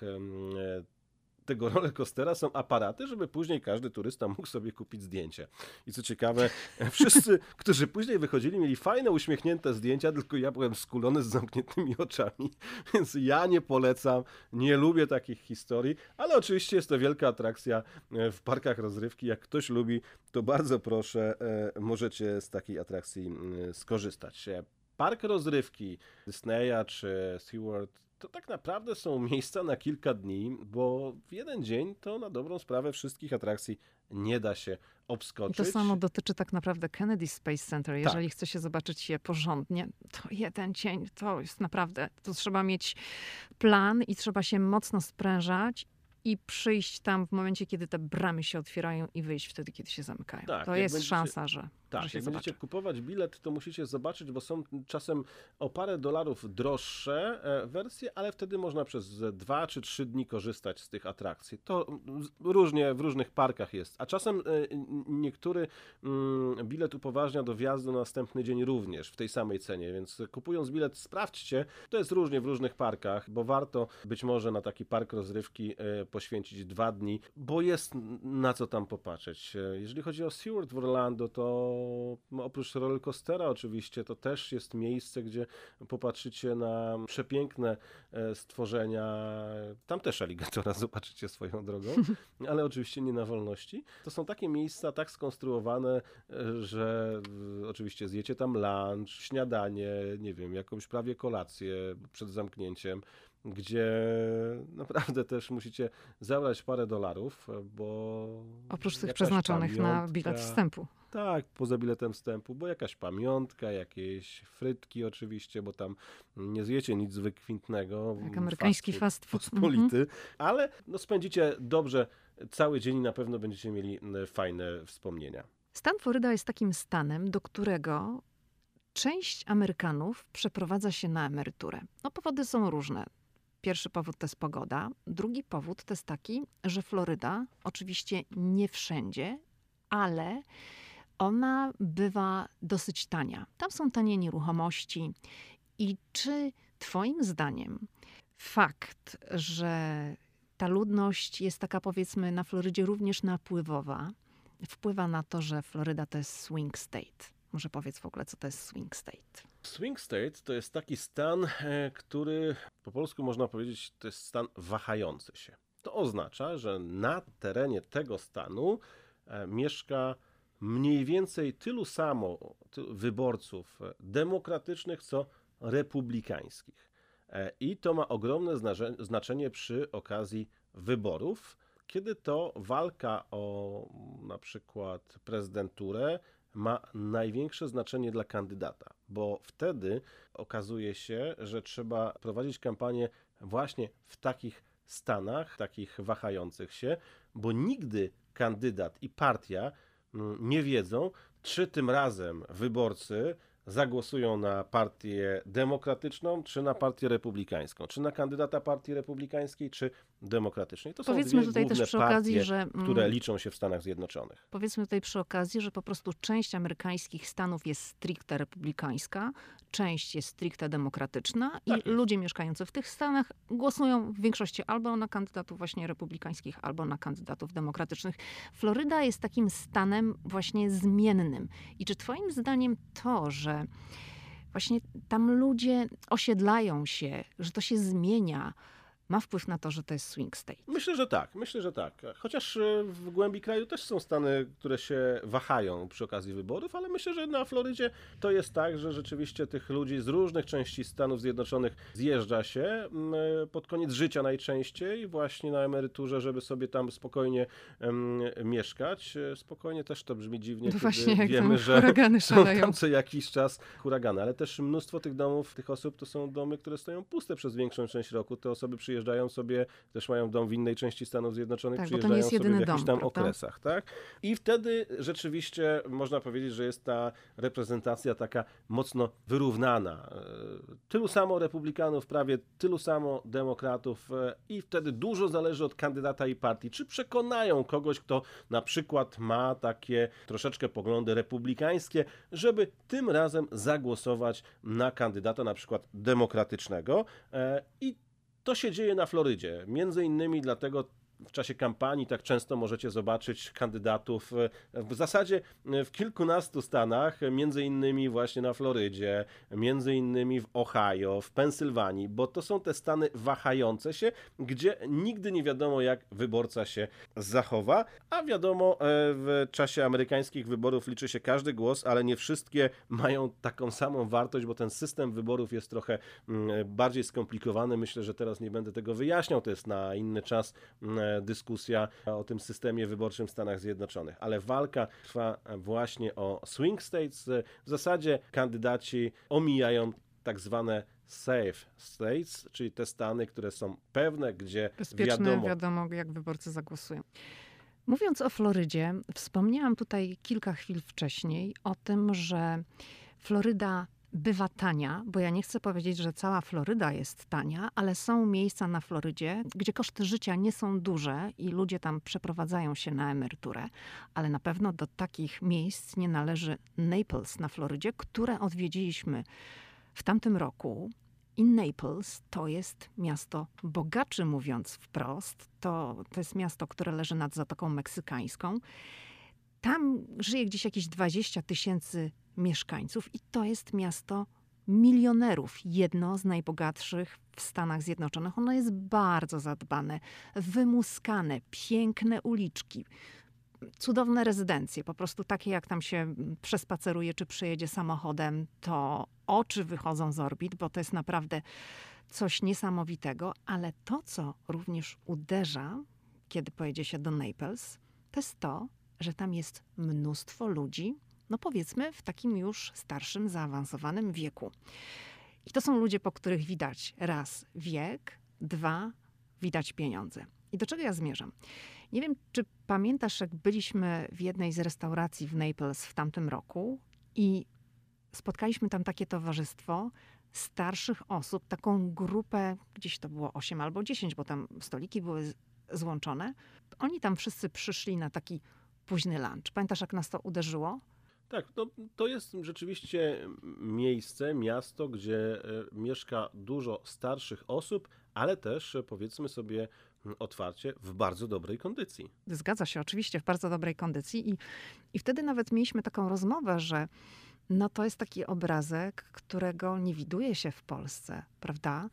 tego rollercoastera są aparaty, żeby później każdy turysta mógł sobie kupić zdjęcie. I co ciekawe, wszyscy, którzy później wychodzili, mieli fajne, uśmiechnięte zdjęcia, tylko ja byłem skulony z zamkniętymi oczami, więc ja nie polecam, nie lubię takich historii, ale oczywiście jest to wielka atrakcja w parkach rozrywki. Jak ktoś lubi, to bardzo proszę, możecie z takiej atrakcji skorzystać. Park rozrywki Disneya czy SeaWorld to tak naprawdę są miejsca na kilka dni, bo w jeden dzień to na dobrą sprawę wszystkich atrakcji nie da się obskoczyć. I to samo dotyczy tak naprawdę Kennedy Space Center. Jeżeli tak. chce się zobaczyć je porządnie, to jeden dzień to jest naprawdę, to trzeba mieć plan i trzeba się mocno sprężać i przyjść tam w momencie, kiedy te bramy się otwierają i wyjść wtedy, kiedy się zamykają. Tak, to jest będziecie, szansa, że Tak, że się jak zobaczy. będziecie kupować bilet, to musicie zobaczyć, bo są czasem o parę dolarów droższe wersje, ale wtedy można przez dwa czy trzy dni korzystać z tych atrakcji. To różnie w różnych parkach jest. A czasem niektóry bilet upoważnia do wjazdu na następny dzień również w tej samej cenie, więc kupując bilet sprawdźcie. To jest różnie w różnych parkach, bo warto być może na taki park rozrywki poświęcić dwa dni, bo jest na co tam popatrzeć. Jeżeli chodzi o SeaWorld w Orlando, to oprócz rollercoastera oczywiście, to też jest miejsce, gdzie popatrzycie na przepiękne stworzenia. Tam też aligatora zobaczycie swoją drogą, ale oczywiście nie na wolności. To są takie miejsca tak skonstruowane, że oczywiście zjecie tam lunch, śniadanie, nie wiem, jakąś prawie kolację przed zamknięciem, gdzie naprawdę też musicie zabrać parę dolarów, bo... Oprócz tych przeznaczonych pamiątka, na bilet wstępu. Tak, poza biletem wstępu, bo jakaś pamiątka, jakieś frytki oczywiście, bo tam nie zjecie nic wykwintnego. Jak amerykański fast food. Pospolity, mm-hmm. ale no, spędzicie dobrze cały dzień i na pewno będziecie mieli fajne wspomnienia. Stan Floryda jest takim stanem, do którego część Amerykanów przeprowadza się na emeryturę. No powody są różne. Pierwszy powód to jest pogoda. Drugi powód to jest taki, że Floryda, oczywiście nie wszędzie, ale ona bywa dosyć tania. Tam są tanie nieruchomości. I czy twoim zdaniem fakt, że ta ludność jest taka, powiedzmy, na Florydzie również napływowa, wpływa na to, że Floryda to jest swing state? Może powiedz w ogóle, co to jest swing state. Swing state to jest taki stan, który po polsku można powiedzieć, to jest stan wahający się. To oznacza, że na terenie tego stanu mieszka mniej więcej tylu samo wyborców demokratycznych, co republikańskich. I to ma ogromne znaczenie przy okazji wyborów, kiedy to walka o na przykład prezydenturę ma największe znaczenie dla kandydata, bo wtedy okazuje się, że trzeba prowadzić kampanię właśnie w takich stanach, takich wahających się, bo nigdy kandydat i partia nie wiedzą, czy tym razem wyborcy zagłosują na partię demokratyczną, czy na partię republikańską, czy na kandydata partii republikańskiej, czy demokratycznej. To powiedzmy są dwie tutaj główne też przy partie, okazji, że, które liczą się w Stanach Zjednoczonych. Powiedzmy tutaj przy okazji, że po prostu część amerykańskich stanów jest stricte republikańska, część jest stricte demokratyczna Tak i jest. ludzie mieszkający w tych stanach głosują w większości albo na kandydatów właśnie republikańskich, albo na kandydatów demokratycznych. Floryda jest takim stanem właśnie zmiennym. I czy twoim zdaniem to, że właśnie tam ludzie osiedlają się, że to się zmienia, ma wpływ na to, że to jest swing state? Myślę, że tak. Myślę, że tak. Chociaż w głębi kraju też są stany, które się wahają przy okazji wyborów, ale myślę, że na Florydzie to jest tak, że rzeczywiście tych ludzi z różnych części Stanów Zjednoczonych zjeżdża się pod koniec życia najczęściej właśnie na emeryturze, żeby sobie tam spokojnie um, mieszkać. Spokojnie też to brzmi dziwnie, no kiedy właśnie, jak wiemy, że huragany są tam co jakiś czas huragany, ale też mnóstwo tych domów, tych osób to są domy, które stoją puste przez większą część roku. Te osoby przyjeżdżają Przyjeżdżają sobie, też mają dom w innej części Stanów Zjednoczonych, tak, bo to przyjeżdżają nie jest sobie jedyny w jakichś dom, tam prawda? okresach, tak? I wtedy rzeczywiście można powiedzieć, że jest ta reprezentacja taka mocno wyrównana. Tylu samo republikanów, prawie tylu samo demokratów i wtedy dużo zależy od kandydata i partii. Czy przekonają kogoś, kto na przykład ma takie troszeczkę poglądy republikańskie, żeby tym razem zagłosować na kandydata na przykład demokratycznego i to się dzieje na Florydzie. Między innymi dlatego w czasie kampanii tak często możecie zobaczyć kandydatów w zasadzie w kilkunastu stanach, między innymi właśnie na Florydzie, między innymi w Ohio, w Pensylwanii, bo to są te stany wahające się, gdzie nigdy nie wiadomo, jak wyborca się zachowa, a wiadomo, w czasie amerykańskich wyborów liczy się każdy głos, ale nie wszystkie mają taką samą wartość, bo ten system wyborów jest trochę bardziej skomplikowany. Myślę, że teraz nie będę tego wyjaśniał, to jest na inny czas dyskusja o tym systemie wyborczym w Stanach Zjednoczonych. Ale walka trwa właśnie o swing states. W zasadzie kandydaci omijają tak zwane safe states, czyli te stany, które są pewne, gdzie bezpieczne, wiadomo... wiadomo, jak wyborcy zagłosują. Mówiąc o Florydzie, wspomniałam tutaj kilka chwil wcześniej o tym, że Floryda bywa tania, bo ja nie chcę powiedzieć, że cała Floryda jest tania, ale są miejsca na Florydzie, gdzie koszty życia nie są duże i ludzie tam przeprowadzają się na emeryturę, ale na pewno do takich miejsc nie należy Naples na Florydzie, które odwiedziliśmy w tamtym roku. I Naples to jest miasto bogaczy, mówiąc wprost. To, to jest miasto, które leży nad Zatoką Meksykańską. Tam żyje gdzieś jakieś dwadzieścia tysięcy mieszkańców i to jest miasto milionerów. Jedno z najbogatszych w Stanach Zjednoczonych. Ono jest bardzo zadbane, wymuskane, piękne uliczki, cudowne rezydencje. Po prostu takie, jak tam się przespaceruje czy przejedzie samochodem, to oczy wychodzą z orbit, bo to jest naprawdę coś niesamowitego. Ale to, co również uderza, kiedy pojedzie się do Naples, to jest to, że tam jest mnóstwo ludzi, no powiedzmy w takim już starszym, zaawansowanym wieku. I to są ludzie, po których widać raz wiek, dwa widać pieniądze. I do czego ja zmierzam? Nie wiem, czy pamiętasz, jak byliśmy w jednej z restauracji w Naples w tamtym roku i spotkaliśmy tam takie towarzystwo starszych osób, taką grupę, gdzieś to było osiem albo dziesięć, bo tam stoliki były złączone. Oni tam wszyscy przyszli na taki późny lunch. Pamiętasz, jak nas to uderzyło? Tak, no, to jest rzeczywiście miejsce, miasto, gdzie e, mieszka dużo starszych osób, ale też, e, powiedzmy sobie m, otwarcie, w bardzo dobrej kondycji. Zgadza się, oczywiście, w bardzo dobrej kondycji. I, i wtedy nawet mieliśmy taką rozmowę, że no to jest taki obrazek, którego nie widuje się w Polsce, prawda?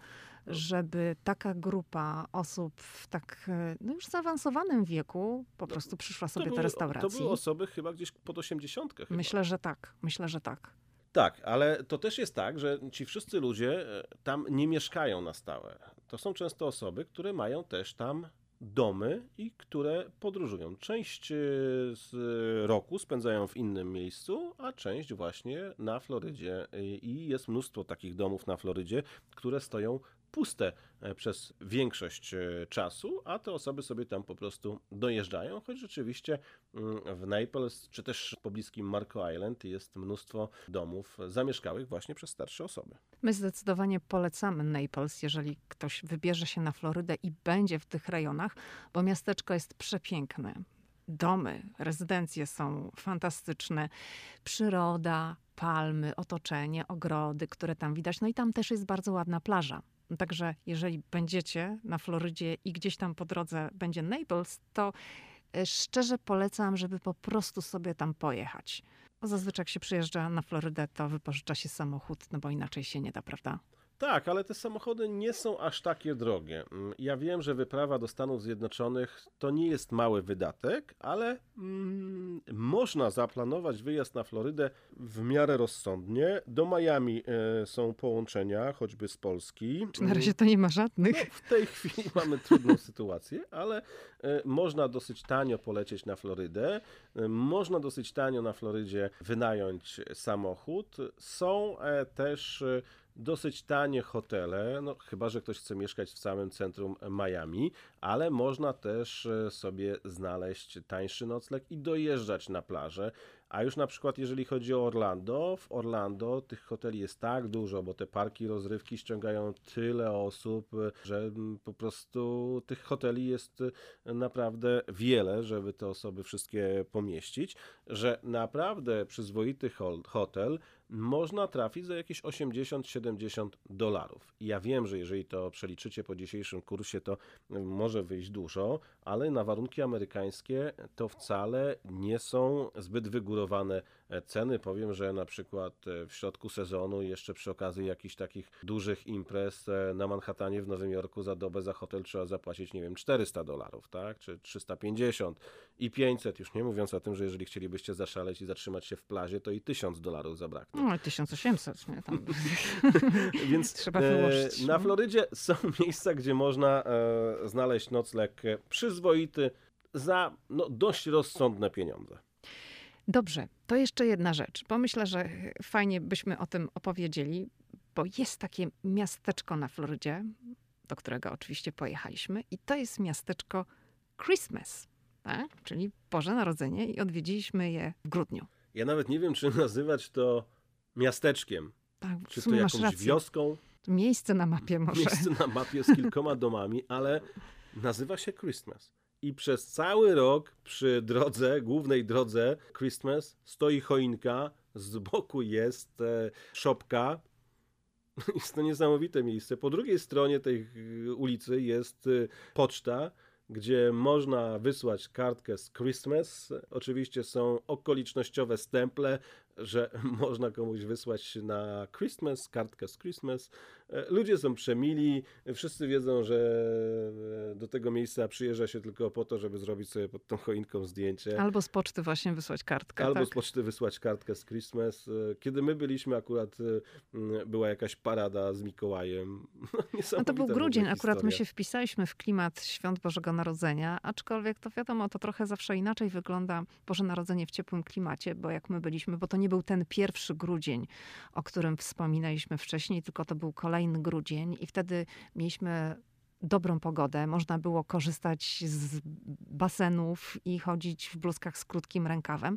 Żeby taka grupa osób w tak no już zaawansowanym wieku po prostu przyszła sobie To do były, restauracji. to były osoby chyba gdzieś pod osiemdziesiątkę. Chyba. Myślę, że tak. Myślę, że tak. Tak, ale to też jest tak, że ci wszyscy ludzie e, tam nie mieszkają na stałe. To są często osoby, które mają też tam domy i które podróżują. Część e, z roku spędzają w innym miejscu, a część właśnie na Florydzie. I jest mnóstwo takich domów na Florydzie, które stoją puste e, przez większość e, czasu, a te osoby sobie tam po prostu dojeżdżają, choć rzeczywiście mm, w Naples, czy też w pobliskim Marco Island jest mnóstwo domów zamieszkałych właśnie przez starsze osoby. My zdecydowanie polecamy Naples, jeżeli ktoś wybierze się na Florydę i będzie w tych rejonach, bo miasteczko jest przepiękne. Domy, rezydencje są fantastyczne. Przyroda, palmy, otoczenie, ogrody, które tam widać. No i tam też jest bardzo ładna plaża. Także jeżeli będziecie na Florydzie i gdzieś tam po drodze będzie Naples, to szczerze polecam, żeby po prostu sobie tam pojechać. Bo zazwyczaj jak się przyjeżdża na Florydę, to wypożycza się samochód, no bo inaczej się nie da, prawda? Tak, ale te samochody nie są aż takie drogie. Ja wiem, że wyprawa do Stanów Zjednoczonych to nie jest mały wydatek, ale mm, można zaplanować wyjazd na Florydę w miarę rozsądnie. Do Miami e, są połączenia, choćby z Polski. Czy na razie to nie ma żadnych? No, w tej chwili mamy trudną sytuację, ale e, można dosyć tanio polecieć na Florydę. E, można dosyć tanio na Florydzie wynająć samochód. Są e, też e, dosyć tanie hotele, no chyba że ktoś chce mieszkać w samym centrum Miami, ale można też sobie znaleźć tańszy nocleg i dojeżdżać na plażę. A już na przykład jeżeli chodzi o Orlando, w Orlando tych hoteli jest tak dużo, bo te parki rozrywki ściągają tyle osób, że po prostu tych hoteli jest naprawdę wiele, żeby te osoby wszystkie pomieścić, że naprawdę przyzwoity hotel można trafić za jakieś osiemdziesiąt siedemdziesiąt dolarów. I ja wiem, że jeżeli to przeliczycie po dzisiejszym kursie, to może wyjść dużo, ale na warunki amerykańskie to wcale nie są zbyt wygórowane ceny. Powiem, że na przykład w środku sezonu, jeszcze przy okazji jakichś takich dużych imprez na Manhattanie w Nowym Jorku za dobę za hotel trzeba zapłacić, nie wiem, czterysta dolarów, tak? Czy trzysta pięćdziesiąt i pięćset, już nie mówiąc o tym, że jeżeli chcielibyście zaszaleć i zatrzymać się w plaży, to i tysiąc dolarów zabraknie. No, tysiąc osiemset, nie? Tam Więc trzeba wyłożyć. E, na Florydzie są miejsca, gdzie można e, znaleźć nocleg przyzwoity za no, dość rozsądne pieniądze. Dobrze, to jeszcze jedna rzecz, bo myślę, że fajnie byśmy o tym opowiedzieli, bo jest takie miasteczko na Florydzie, do którego oczywiście pojechaliśmy i to jest miasteczko Christmas, tak? Czyli Boże Narodzenie i odwiedziliśmy je w grudniu. Ja nawet nie wiem, czy nazywać to miasteczkiem, Tak, czy to jakąś rację. wioską. Miejsce na mapie może. Miejsce na mapie z kilkoma domami, ale nazywa się Christmas. I przez cały rok przy drodze, głównej drodze Christmas stoi choinka, z boku jest e, szopka. Jest to niesamowite miejsce. Po drugiej stronie tej ulicy jest poczta, gdzie można wysłać kartkę z Christmas. Oczywiście są okolicznościowe stemple, że można komuś wysłać na Christmas, kartkę z Christmas. Ludzie są przemili, wszyscy wiedzą, że do tego miejsca przyjeżdża się tylko po to, żeby zrobić sobie pod tą choinką zdjęcie. Albo z poczty właśnie wysłać kartkę. Albo tak? z poczty wysłać kartkę z Christmas. Kiedy my byliśmy, akurat była jakaś parada z Mikołajem. No to był grudzień, akurat my historia. się wpisaliśmy w klimat Świąt Bożego Narodzenia, aczkolwiek to wiadomo, to trochę zawsze inaczej wygląda Boże Narodzenie w ciepłym klimacie, bo jak my byliśmy, bo to nie był ten pierwszy grudzień, o którym wspominaliśmy wcześniej, tylko to był kolejny grudzień i wtedy mieliśmy dobrą pogodę. Można było korzystać z basenów i chodzić w bluzkach z krótkim rękawem.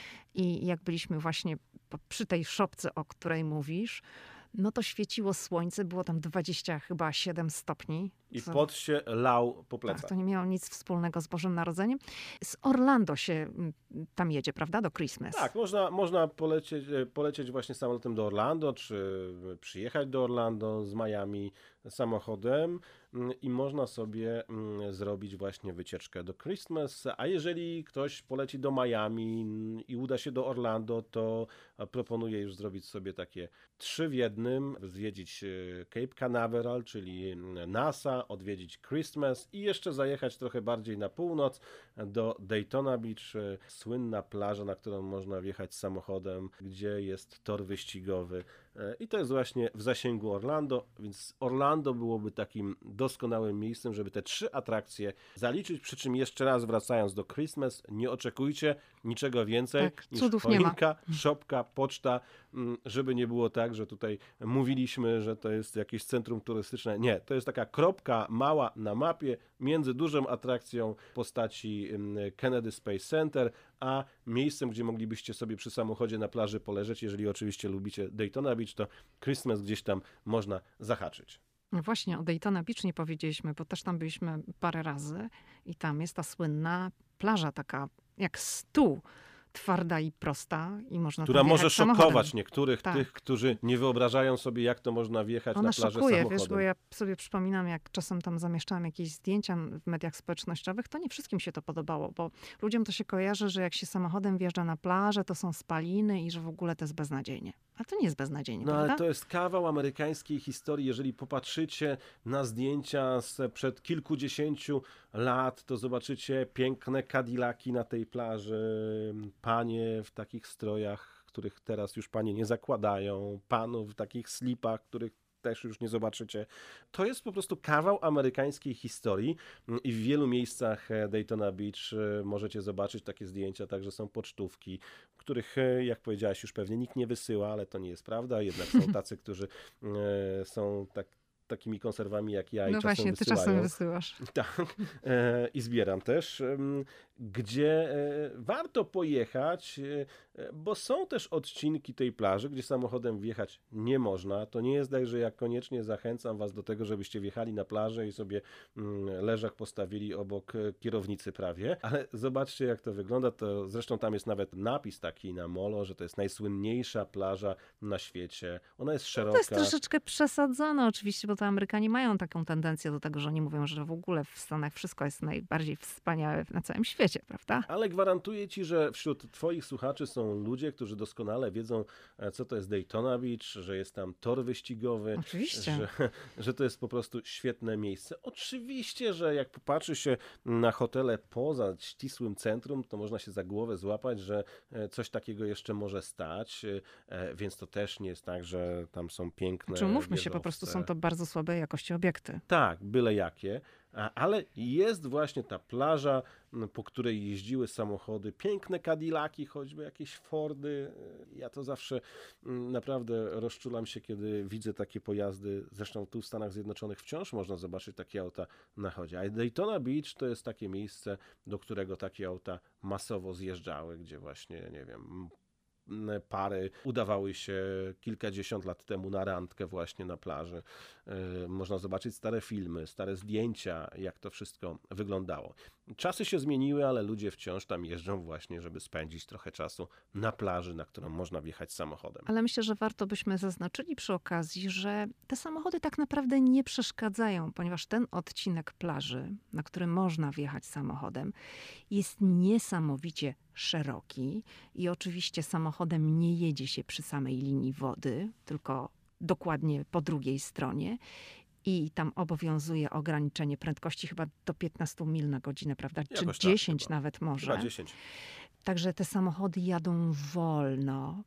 I jak byliśmy właśnie przy tej szopce, o której mówisz, no to świeciło słońce, było tam dwadzieścia chyba siedem stopni. I co- pot się lał po plecach. Tak, to nie miało nic wspólnego z Bożym Narodzeniem. Z Orlando się mm, tam jedzie, prawda? Do Christmas. Tak, można, można polecieć, polecieć właśnie samolotem do Orlando, czy przyjechać do Orlando z Miami samochodem mm, i można sobie mm, zrobić właśnie wycieczkę do Christmas. A jeżeli ktoś poleci do Miami mm, i uda się do Orlando, to proponuję już zrobić sobie takie trzy w jednym. Zwiedzić e, Cape Canaveral, czyli NASA, odwiedzić Christmas i jeszcze zajechać trochę bardziej na północ do Daytona Beach, e, słynna plaża, na którą można wjechać samochodem, gdzie jest tor wyścigowy. E, I to jest właśnie w zasięgu Orlando, więc Orlando byłoby takim doskonałym miejscem, żeby te trzy atrakcje zaliczyć, przy czym jeszcze raz wracając do Christmas, nie oczekujcie niczego więcej Tak, niż cudów nie ma. choinka, szopka, poczta, mm, żeby nie było tak, że tutaj mówiliśmy, że to jest jakieś centrum turystyczne. Nie, to jest taka kropka mała na mapie między dużą atrakcją w postaci mm, Kennedy Space Center, a miejscem, gdzie moglibyście sobie przy samochodzie na plaży poleżeć, jeżeli oczywiście lubicie Daytona Beach, to Christmas gdzieś tam można zahaczyć. No właśnie, o Daytona Beach nie powiedzieliśmy, bo też tam byliśmy parę razy i tam jest ta słynna plaża taka jak stół, twarda i prosta i można Która tam może wjechać samochodem. szokować niektórych Tak. tych, którzy nie wyobrażają sobie, jak to można wjechać Ona na plażę szokuje, samochodem. wiesz, bo ja sobie przypominam, jak czasem tam zamieszczałam jakieś zdjęcia w mediach społecznościowych, to nie wszystkim się to podobało, bo ludziom to się kojarzy, że jak się samochodem wjeżdża na plażę, to są spaliny i że w ogóle to jest beznadziejnie. A to nie jest beznadziejnie, No prawda? ale to jest kawał amerykańskiej historii. Jeżeli popatrzycie na zdjęcia sprzed kilkudziesięciu lat, to zobaczycie piękne Cadillaki na tej plaży, panie w takich strojach, których teraz już panie nie zakładają, panów w takich slipach, których też już nie zobaczycie. To jest po prostu kawał amerykańskiej historii i w wielu miejscach Daytona Beach możecie zobaczyć takie zdjęcia, także są pocztówki, których, jak powiedziałaś, już pewnie nikt nie wysyła, ale to nie jest prawda, jednak są tacy, którzy e, są tak, takimi konserwami jak ja i No czasem właśnie, ty wysyłają. czasem wysyłasz. Tak, e, i zbieram też, em, gdzie e, warto pojechać, e, bo są też odcinki tej plaży, gdzie samochodem wjechać nie można. To nie jest tak, że ja koniecznie zachęcam was do tego, żebyście wjechali na plażę i sobie mm, leżak postawili obok e, kierownicy prawie, ale zobaczcie, jak to wygląda. To, zresztą tam jest nawet napis taki na molo, że to jest najsłynniejsza plaża na świecie. Ona jest szeroka. To jest troszeczkę przesadzone oczywiście, bo to Amerykanie mają taką tendencję do tego, że oni mówią, że w ogóle w Stanach wszystko jest najbardziej wspaniałe na całym świecie, prawda? Ale gwarantuję ci, że wśród twoich słuchaczy są ludzie, którzy doskonale wiedzą, e, co to jest Daytona Beach, że jest tam tor wyścigowy, Oczywiście. że, że to jest po prostu świetne miejsce. Oczywiście, że jak popatrzy się na hotele poza ścisłym centrum, to można się za głowę złapać, że e, coś takiego jeszcze może stać, e, więc to też nie jest tak, że tam są piękne Czy umówmy się, po prostu wieżowce. są to bardzo słabej jakości obiekty. Tak, byle jakie, a- ale jest właśnie ta plaża, m, po której jeździły samochody, piękne Cadillaki, choćby jakieś Fordy. Ja to zawsze m, naprawdę rozczulam się, kiedy widzę takie pojazdy. Zresztą tu w Stanach Zjednoczonych wciąż można zobaczyć takie auta na chodzie. A Daytona Beach to jest takie miejsce, do którego takie auta masowo zjeżdżały, gdzie właśnie, nie wiem, pary udawały się kilkadziesiąt lat temu na randkę właśnie na plaży. Można zobaczyć stare filmy, stare zdjęcia, jak to wszystko wyglądało. Czasy się zmieniły, ale ludzie wciąż tam jeżdżą właśnie, żeby spędzić trochę czasu na plaży, na którą można wjechać samochodem. Ale myślę, że warto byśmy zaznaczyli przy okazji, że te samochody tak naprawdę nie przeszkadzają, ponieważ ten odcinek plaży, na który można wjechać samochodem, jest niesamowicie szeroki i oczywiście samochodem nie jedzie się przy samej linii wody, tylko dokładnie po drugiej stronie. I tam obowiązuje ograniczenie prędkości chyba do piętnaście mil na godzinę, prawda? Czy Jakoś dziesięć tak, chyba. nawet może. Chyba dziesięć. Także te samochody jadą wolno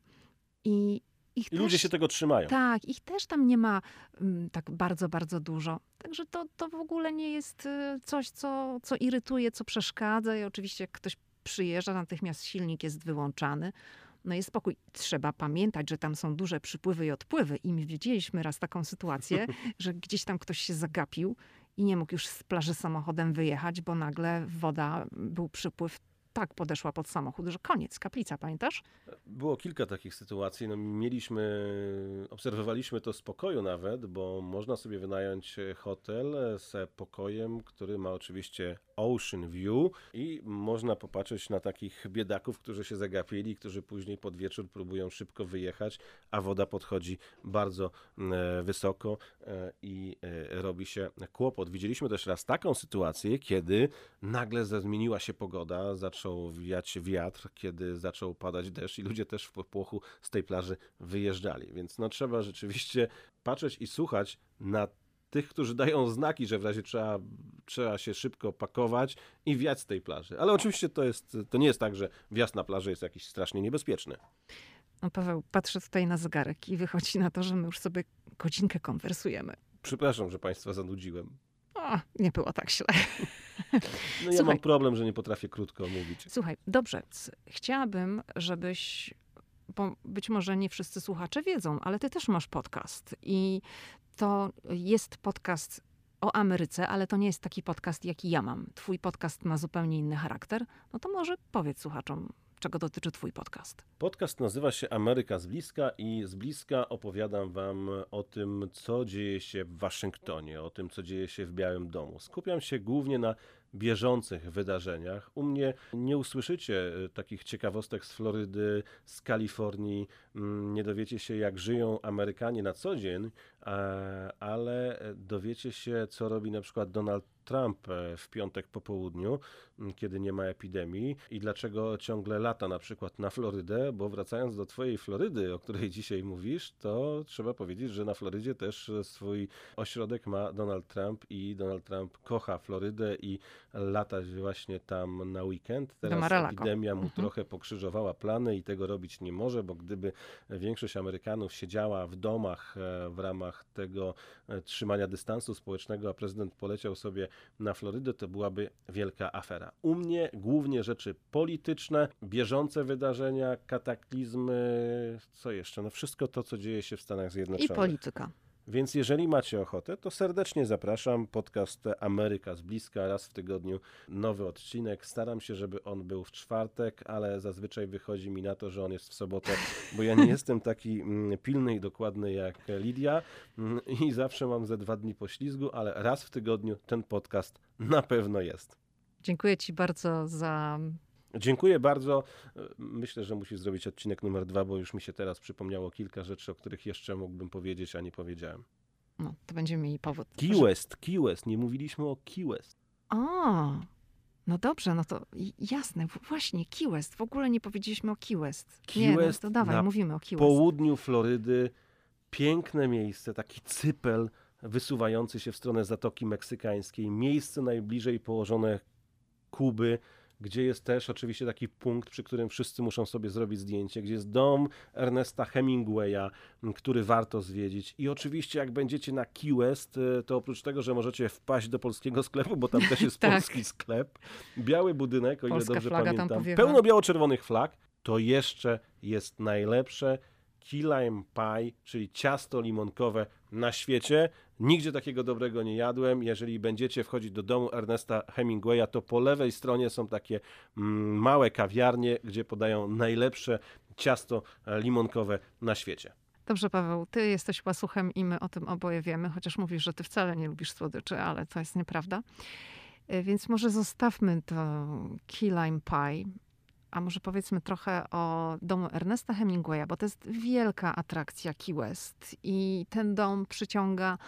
i ich I też, ludzie się tego trzymają. Tak, ich też tam nie ma um, tak bardzo, bardzo dużo. Także to, to w ogóle nie jest y, coś, co, co irytuje, co przeszkadza. I oczywiście jak ktoś przyjeżdża, natychmiast silnik jest wyłączany. No jest spokój. Trzeba pamiętać, że tam są duże przypływy i odpływy. I my widzieliśmy raz taką sytuację, że gdzieś tam ktoś się zagapił i nie mógł już z plaży samochodem wyjechać, bo nagle woda, był przypływ, tak podeszła pod samochód, że koniec, kaplica, pamiętasz? Było kilka takich sytuacji. No, mieliśmy, obserwowaliśmy to z pokoju nawet, bo można sobie wynająć hotel z pokojem, który ma oczywiście Ocean View i można popatrzeć na takich biedaków, którzy się zagapili, którzy później pod wieczór próbują szybko wyjechać, a woda podchodzi bardzo e, wysoko e, i e, robi się kłopot. Widzieliśmy też raz taką sytuację, kiedy nagle zmieniła się pogoda, zaczął wiać wiatr, kiedy zaczął padać deszcz i ludzie też w popłochu z tej plaży wyjeżdżali. Więc no, trzeba rzeczywiście patrzeć i słuchać na tych, którzy dają znaki, że w razie trzeba, trzeba się szybko pakować i wiać z tej plaży. Ale oczywiście to, jest, to nie jest tak, że wjazd na plażę jest jakiś strasznie niebezpieczny. No Paweł, patrzę tutaj na zegarek i wychodzi na to, że my już sobie godzinkę konwersujemy. Przepraszam, że Państwa zanudziłem. O, nie było tak źle. No ja Słuchaj, mam problem, że nie potrafię krótko mówić. Słuchaj, dobrze, chciałabym, żebyś, bo być może nie wszyscy słuchacze wiedzą, ale ty też masz podcast i to jest podcast o Ameryce, ale to nie jest taki podcast, jaki ja mam. Twój podcast ma zupełnie inny charakter. No to może powiedz słuchaczom, czego dotyczy twój podcast. Podcast nazywa się Ameryka z bliska i z bliska opowiadam wam o tym, co dzieje się w Waszyngtonie, o tym, co dzieje się w Białym Domu. Skupiam się głównie na bieżących wydarzeniach. U mnie nie usłyszycie takich ciekawostek z Florydy, z Kalifornii, nie dowiecie się, jak żyją Amerykanie na co dzień, ale dowiecie się, co robi na przykład Donald Trump w piątek po południu, kiedy nie ma epidemii i dlaczego ciągle lata na przykład na Florydę, bo wracając do twojej Florydy, o której dzisiaj mówisz, to trzeba powiedzieć, że na Florydzie też swój ośrodek ma Donald Trump i Donald Trump kocha Florydę i lata właśnie tam na weekend. Teraz epidemia mu mhm. trochę pokrzyżowała plany i tego robić nie może, bo gdyby większość Amerykanów siedziała w domach w ramach tego trzymania dystansu społecznego, a prezydent poleciał sobie na Florydę, to byłaby wielka afera. U mnie głównie rzeczy polityczne, bieżące wydarzenia, kataklizmy, co jeszcze? No wszystko to, co dzieje się w Stanach Zjednoczonych. I polityka. Więc jeżeli macie ochotę, to serdecznie zapraszam. Podcast Ameryka z bliska, raz w tygodniu nowy odcinek. Staram się, żeby on był w czwartek, ale zazwyczaj wychodzi mi na to, że on jest w sobotę, bo ja nie jestem taki pilny i dokładny jak Lidia i zawsze mam ze dwa dni poślizgu, ale raz w tygodniu ten podcast na pewno jest. Dziękuję ci bardzo za... Dziękuję bardzo. Myślę, że musisz zrobić odcinek numer dwa, bo już mi się teraz przypomniało kilka rzeczy, o których jeszcze mógłbym powiedzieć, a nie powiedziałem. No, to będziemy mieli powód. Key West, Key West. Nie mówiliśmy o Key West. O, no dobrze, no to jasne. Właśnie, Key West. W ogóle nie powiedzieliśmy o Key West. Key nie, West no to dawaj, na mówimy o Key West. południu Florydy. Piękne miejsce, taki cypel wysuwający się w stronę Zatoki Meksykańskiej. Miejsce najbliżej położone Kuby, gdzie jest też oczywiście taki punkt, przy którym wszyscy muszą sobie zrobić zdjęcie, gdzie jest dom Ernesta Hemingwaya, który warto zwiedzić. I oczywiście jak będziecie na Key West, to oprócz tego, że możecie wpaść do polskiego sklepu, bo tam też jest tak. polski sklep, biały budynek, o ile Polska dobrze flaga pamiętam, tam powiewa. pełno biało-czerwonych flag, to jeszcze jest najlepsze Key Lime Pie, czyli ciasto limonkowe na świecie. Nigdzie takiego dobrego nie jadłem. Jeżeli będziecie wchodzić do domu Ernesta Hemingwaya, to po lewej stronie są takie mm, małe kawiarnie, gdzie podają najlepsze ciasto limonkowe na świecie. Dobrze, Paweł, ty jesteś łasuchem i my o tym oboje wiemy, chociaż mówisz, że ty wcale nie lubisz słodyczy, ale to jest nieprawda. Więc może zostawmy to Key Lime Pie, a może powiedzmy trochę o domu Ernesta Hemingwaya, bo to jest wielka atrakcja Key West i ten dom przyciąga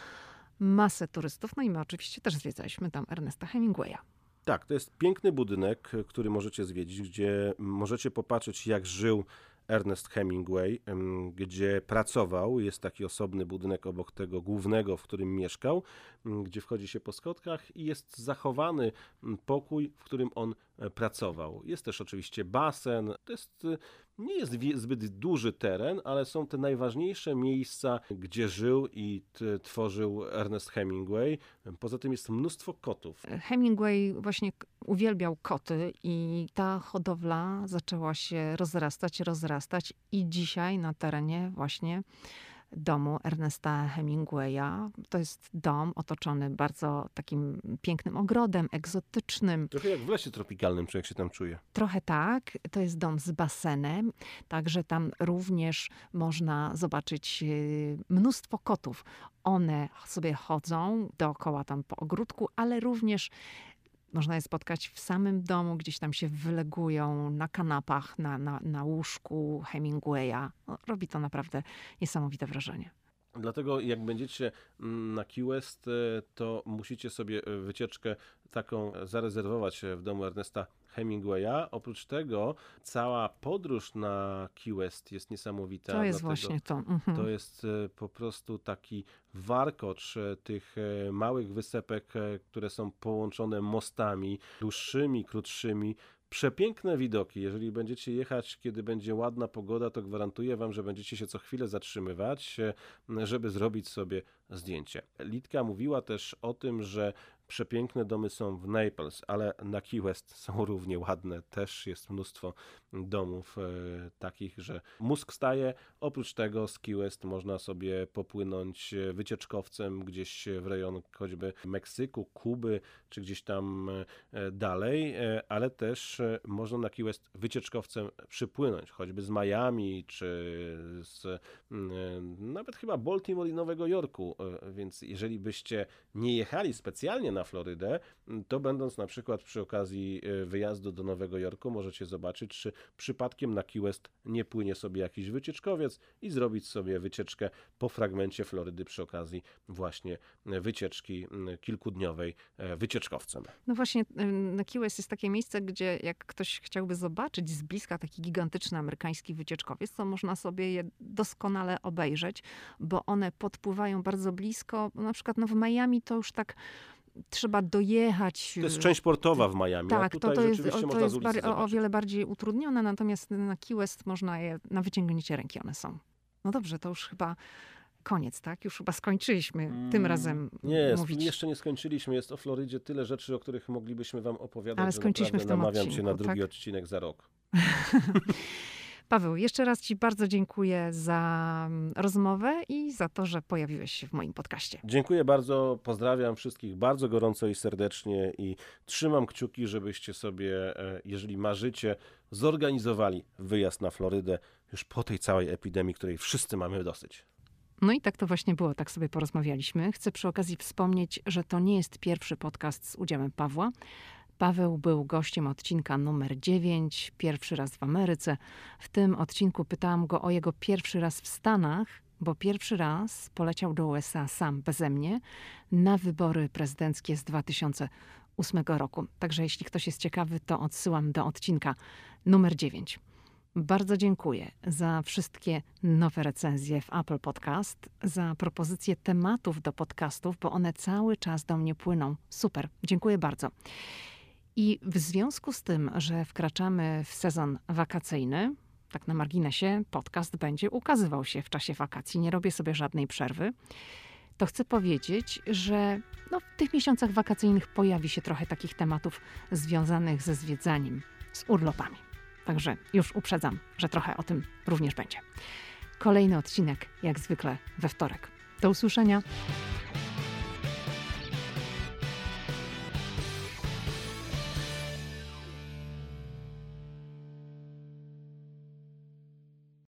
masę turystów. No i my oczywiście też zwiedzaliśmy dom Ernesta Hemingwaya. Tak, to jest piękny budynek, który możecie zwiedzić, gdzie możecie popatrzeć, jak żył Ernest Hemingway, gdzie pracował. Jest taki osobny budynek obok tego głównego, w którym mieszkał, gdzie wchodzi się po schodkach i jest zachowany pokój, w którym on pracował. Jest też oczywiście basen. To jest, nie jest zbyt duży teren, ale są te najważniejsze miejsca, gdzie żył i t- tworzył Ernest Hemingway. Poza tym jest mnóstwo kotów. Hemingway właśnie uwielbiał koty i ta hodowla zaczęła się rozrastać, rozrastać i dzisiaj na terenie właśnie domu Ernesta Hemingwaya. To jest dom otoczony bardzo takim pięknym ogrodem, egzotycznym. Trochę jak w lesie tropikalnym, człowiek się tam czuje. Trochę tak. To jest dom z basenem, także tam również można zobaczyć mnóstwo kotów. One sobie chodzą dookoła tam po ogródku, ale również można je spotkać w samym domu, gdzieś tam się wylegują na kanapach, na, na, na łóżku Hemingwaya. No, robi to naprawdę niesamowite wrażenie. Dlatego jak będziecie na Key West, to musicie sobie wycieczkę taką zarezerwować w domu Ernesta Hemingwaya. Oprócz tego cała podróż na Key West jest niesamowita. To jest właśnie to. Mhm. To jest po prostu taki warkocz tych małych wysepek, które są połączone mostami, dłuższymi, krótszymi. Przepiękne widoki. Jeżeli będziecie jechać, kiedy będzie ładna pogoda, to gwarantuję wam, że będziecie się co chwilę zatrzymywać, żeby zrobić sobie zdjęcie. Litka mówiła też o tym, że przepiękne domy są w Naples, ale na Key West są równie ładne. Też jest mnóstwo domów e, takich, że mózg staje. Oprócz tego z Key West można sobie popłynąć wycieczkowcem gdzieś w rejon choćby Meksyku, Kuby, czy gdzieś tam e, dalej, e, ale też e, można na Key West wycieczkowcem przypłynąć, choćby z Miami, czy z e, nawet chyba Baltimore i Nowego Jorku. E, więc jeżeli byście nie jechali specjalnie na Florydę, to będąc na przykład przy okazji wyjazdu do Nowego Jorku możecie zobaczyć, czy przypadkiem na Key West nie płynie sobie jakiś wycieczkowiec i zrobić sobie wycieczkę po fragmencie Florydy przy okazji właśnie wycieczki kilkudniowej wycieczkowcem. No właśnie na Key West jest takie miejsce, gdzie jak ktoś chciałby zobaczyć z bliska taki gigantyczny amerykański wycieczkowiec, to można sobie je doskonale obejrzeć, bo one podpływają bardzo blisko. Na przykład no w Miami to już tak trzeba dojechać. To jest część portowa w Miami, tak, a tutaj to, to rzeczywiście jest, można to jest z ulicy bar- o, o wiele bardziej utrudnione, natomiast na Key West można je na wyciągnięcie ręki one są. No dobrze, to już chyba koniec, tak? Już chyba skończyliśmy mm, tym razem nie, mówić. Nie, jeszcze nie skończyliśmy. Jest o Florydzie tyle rzeczy, o których moglibyśmy wam opowiadać, ale że skończyliśmy w tym namawiam odcinku, cię na drugi tak? odcinek za rok. Paweł, jeszcze raz ci bardzo dziękuję za rozmowę i za to, że pojawiłeś się w moim podcaście. Dziękuję bardzo, pozdrawiam wszystkich bardzo gorąco i serdecznie i trzymam kciuki, żebyście sobie, jeżeli marzycie, zorganizowali wyjazd na Florydę już po tej całej epidemii, której wszyscy mamy dosyć. No i tak to właśnie było, tak sobie porozmawialiśmy. Chcę przy okazji wspomnieć, że to nie jest pierwszy podcast z udziałem Pawła. Paweł był gościem odcinka numer dziewięć, pierwszy raz w Ameryce. W tym odcinku pytałam go o jego pierwszy raz w Stanach, bo pierwszy raz poleciał do U S A sam, beze mnie, na wybory prezydenckie z dwa tysiące ósmego roku. Także jeśli ktoś jest ciekawy, to odsyłam do odcinka numer dziewięć. Bardzo dziękuję za wszystkie nowe recenzje w Apple Podcast, za propozycje tematów do podcastów, bo one cały czas do mnie płyną. Super, dziękuję bardzo. I w związku z tym, że wkraczamy w sezon wakacyjny, tak na marginesie, podcast będzie ukazywał się w czasie wakacji, nie robię sobie żadnej przerwy, to chcę powiedzieć, że no, w tych miesiącach wakacyjnych pojawi się trochę takich tematów związanych ze zwiedzaniem, z urlopami. Także już uprzedzam, że trochę o tym również będzie. Kolejny odcinek, jak zwykle, we wtorek. Do usłyszenia.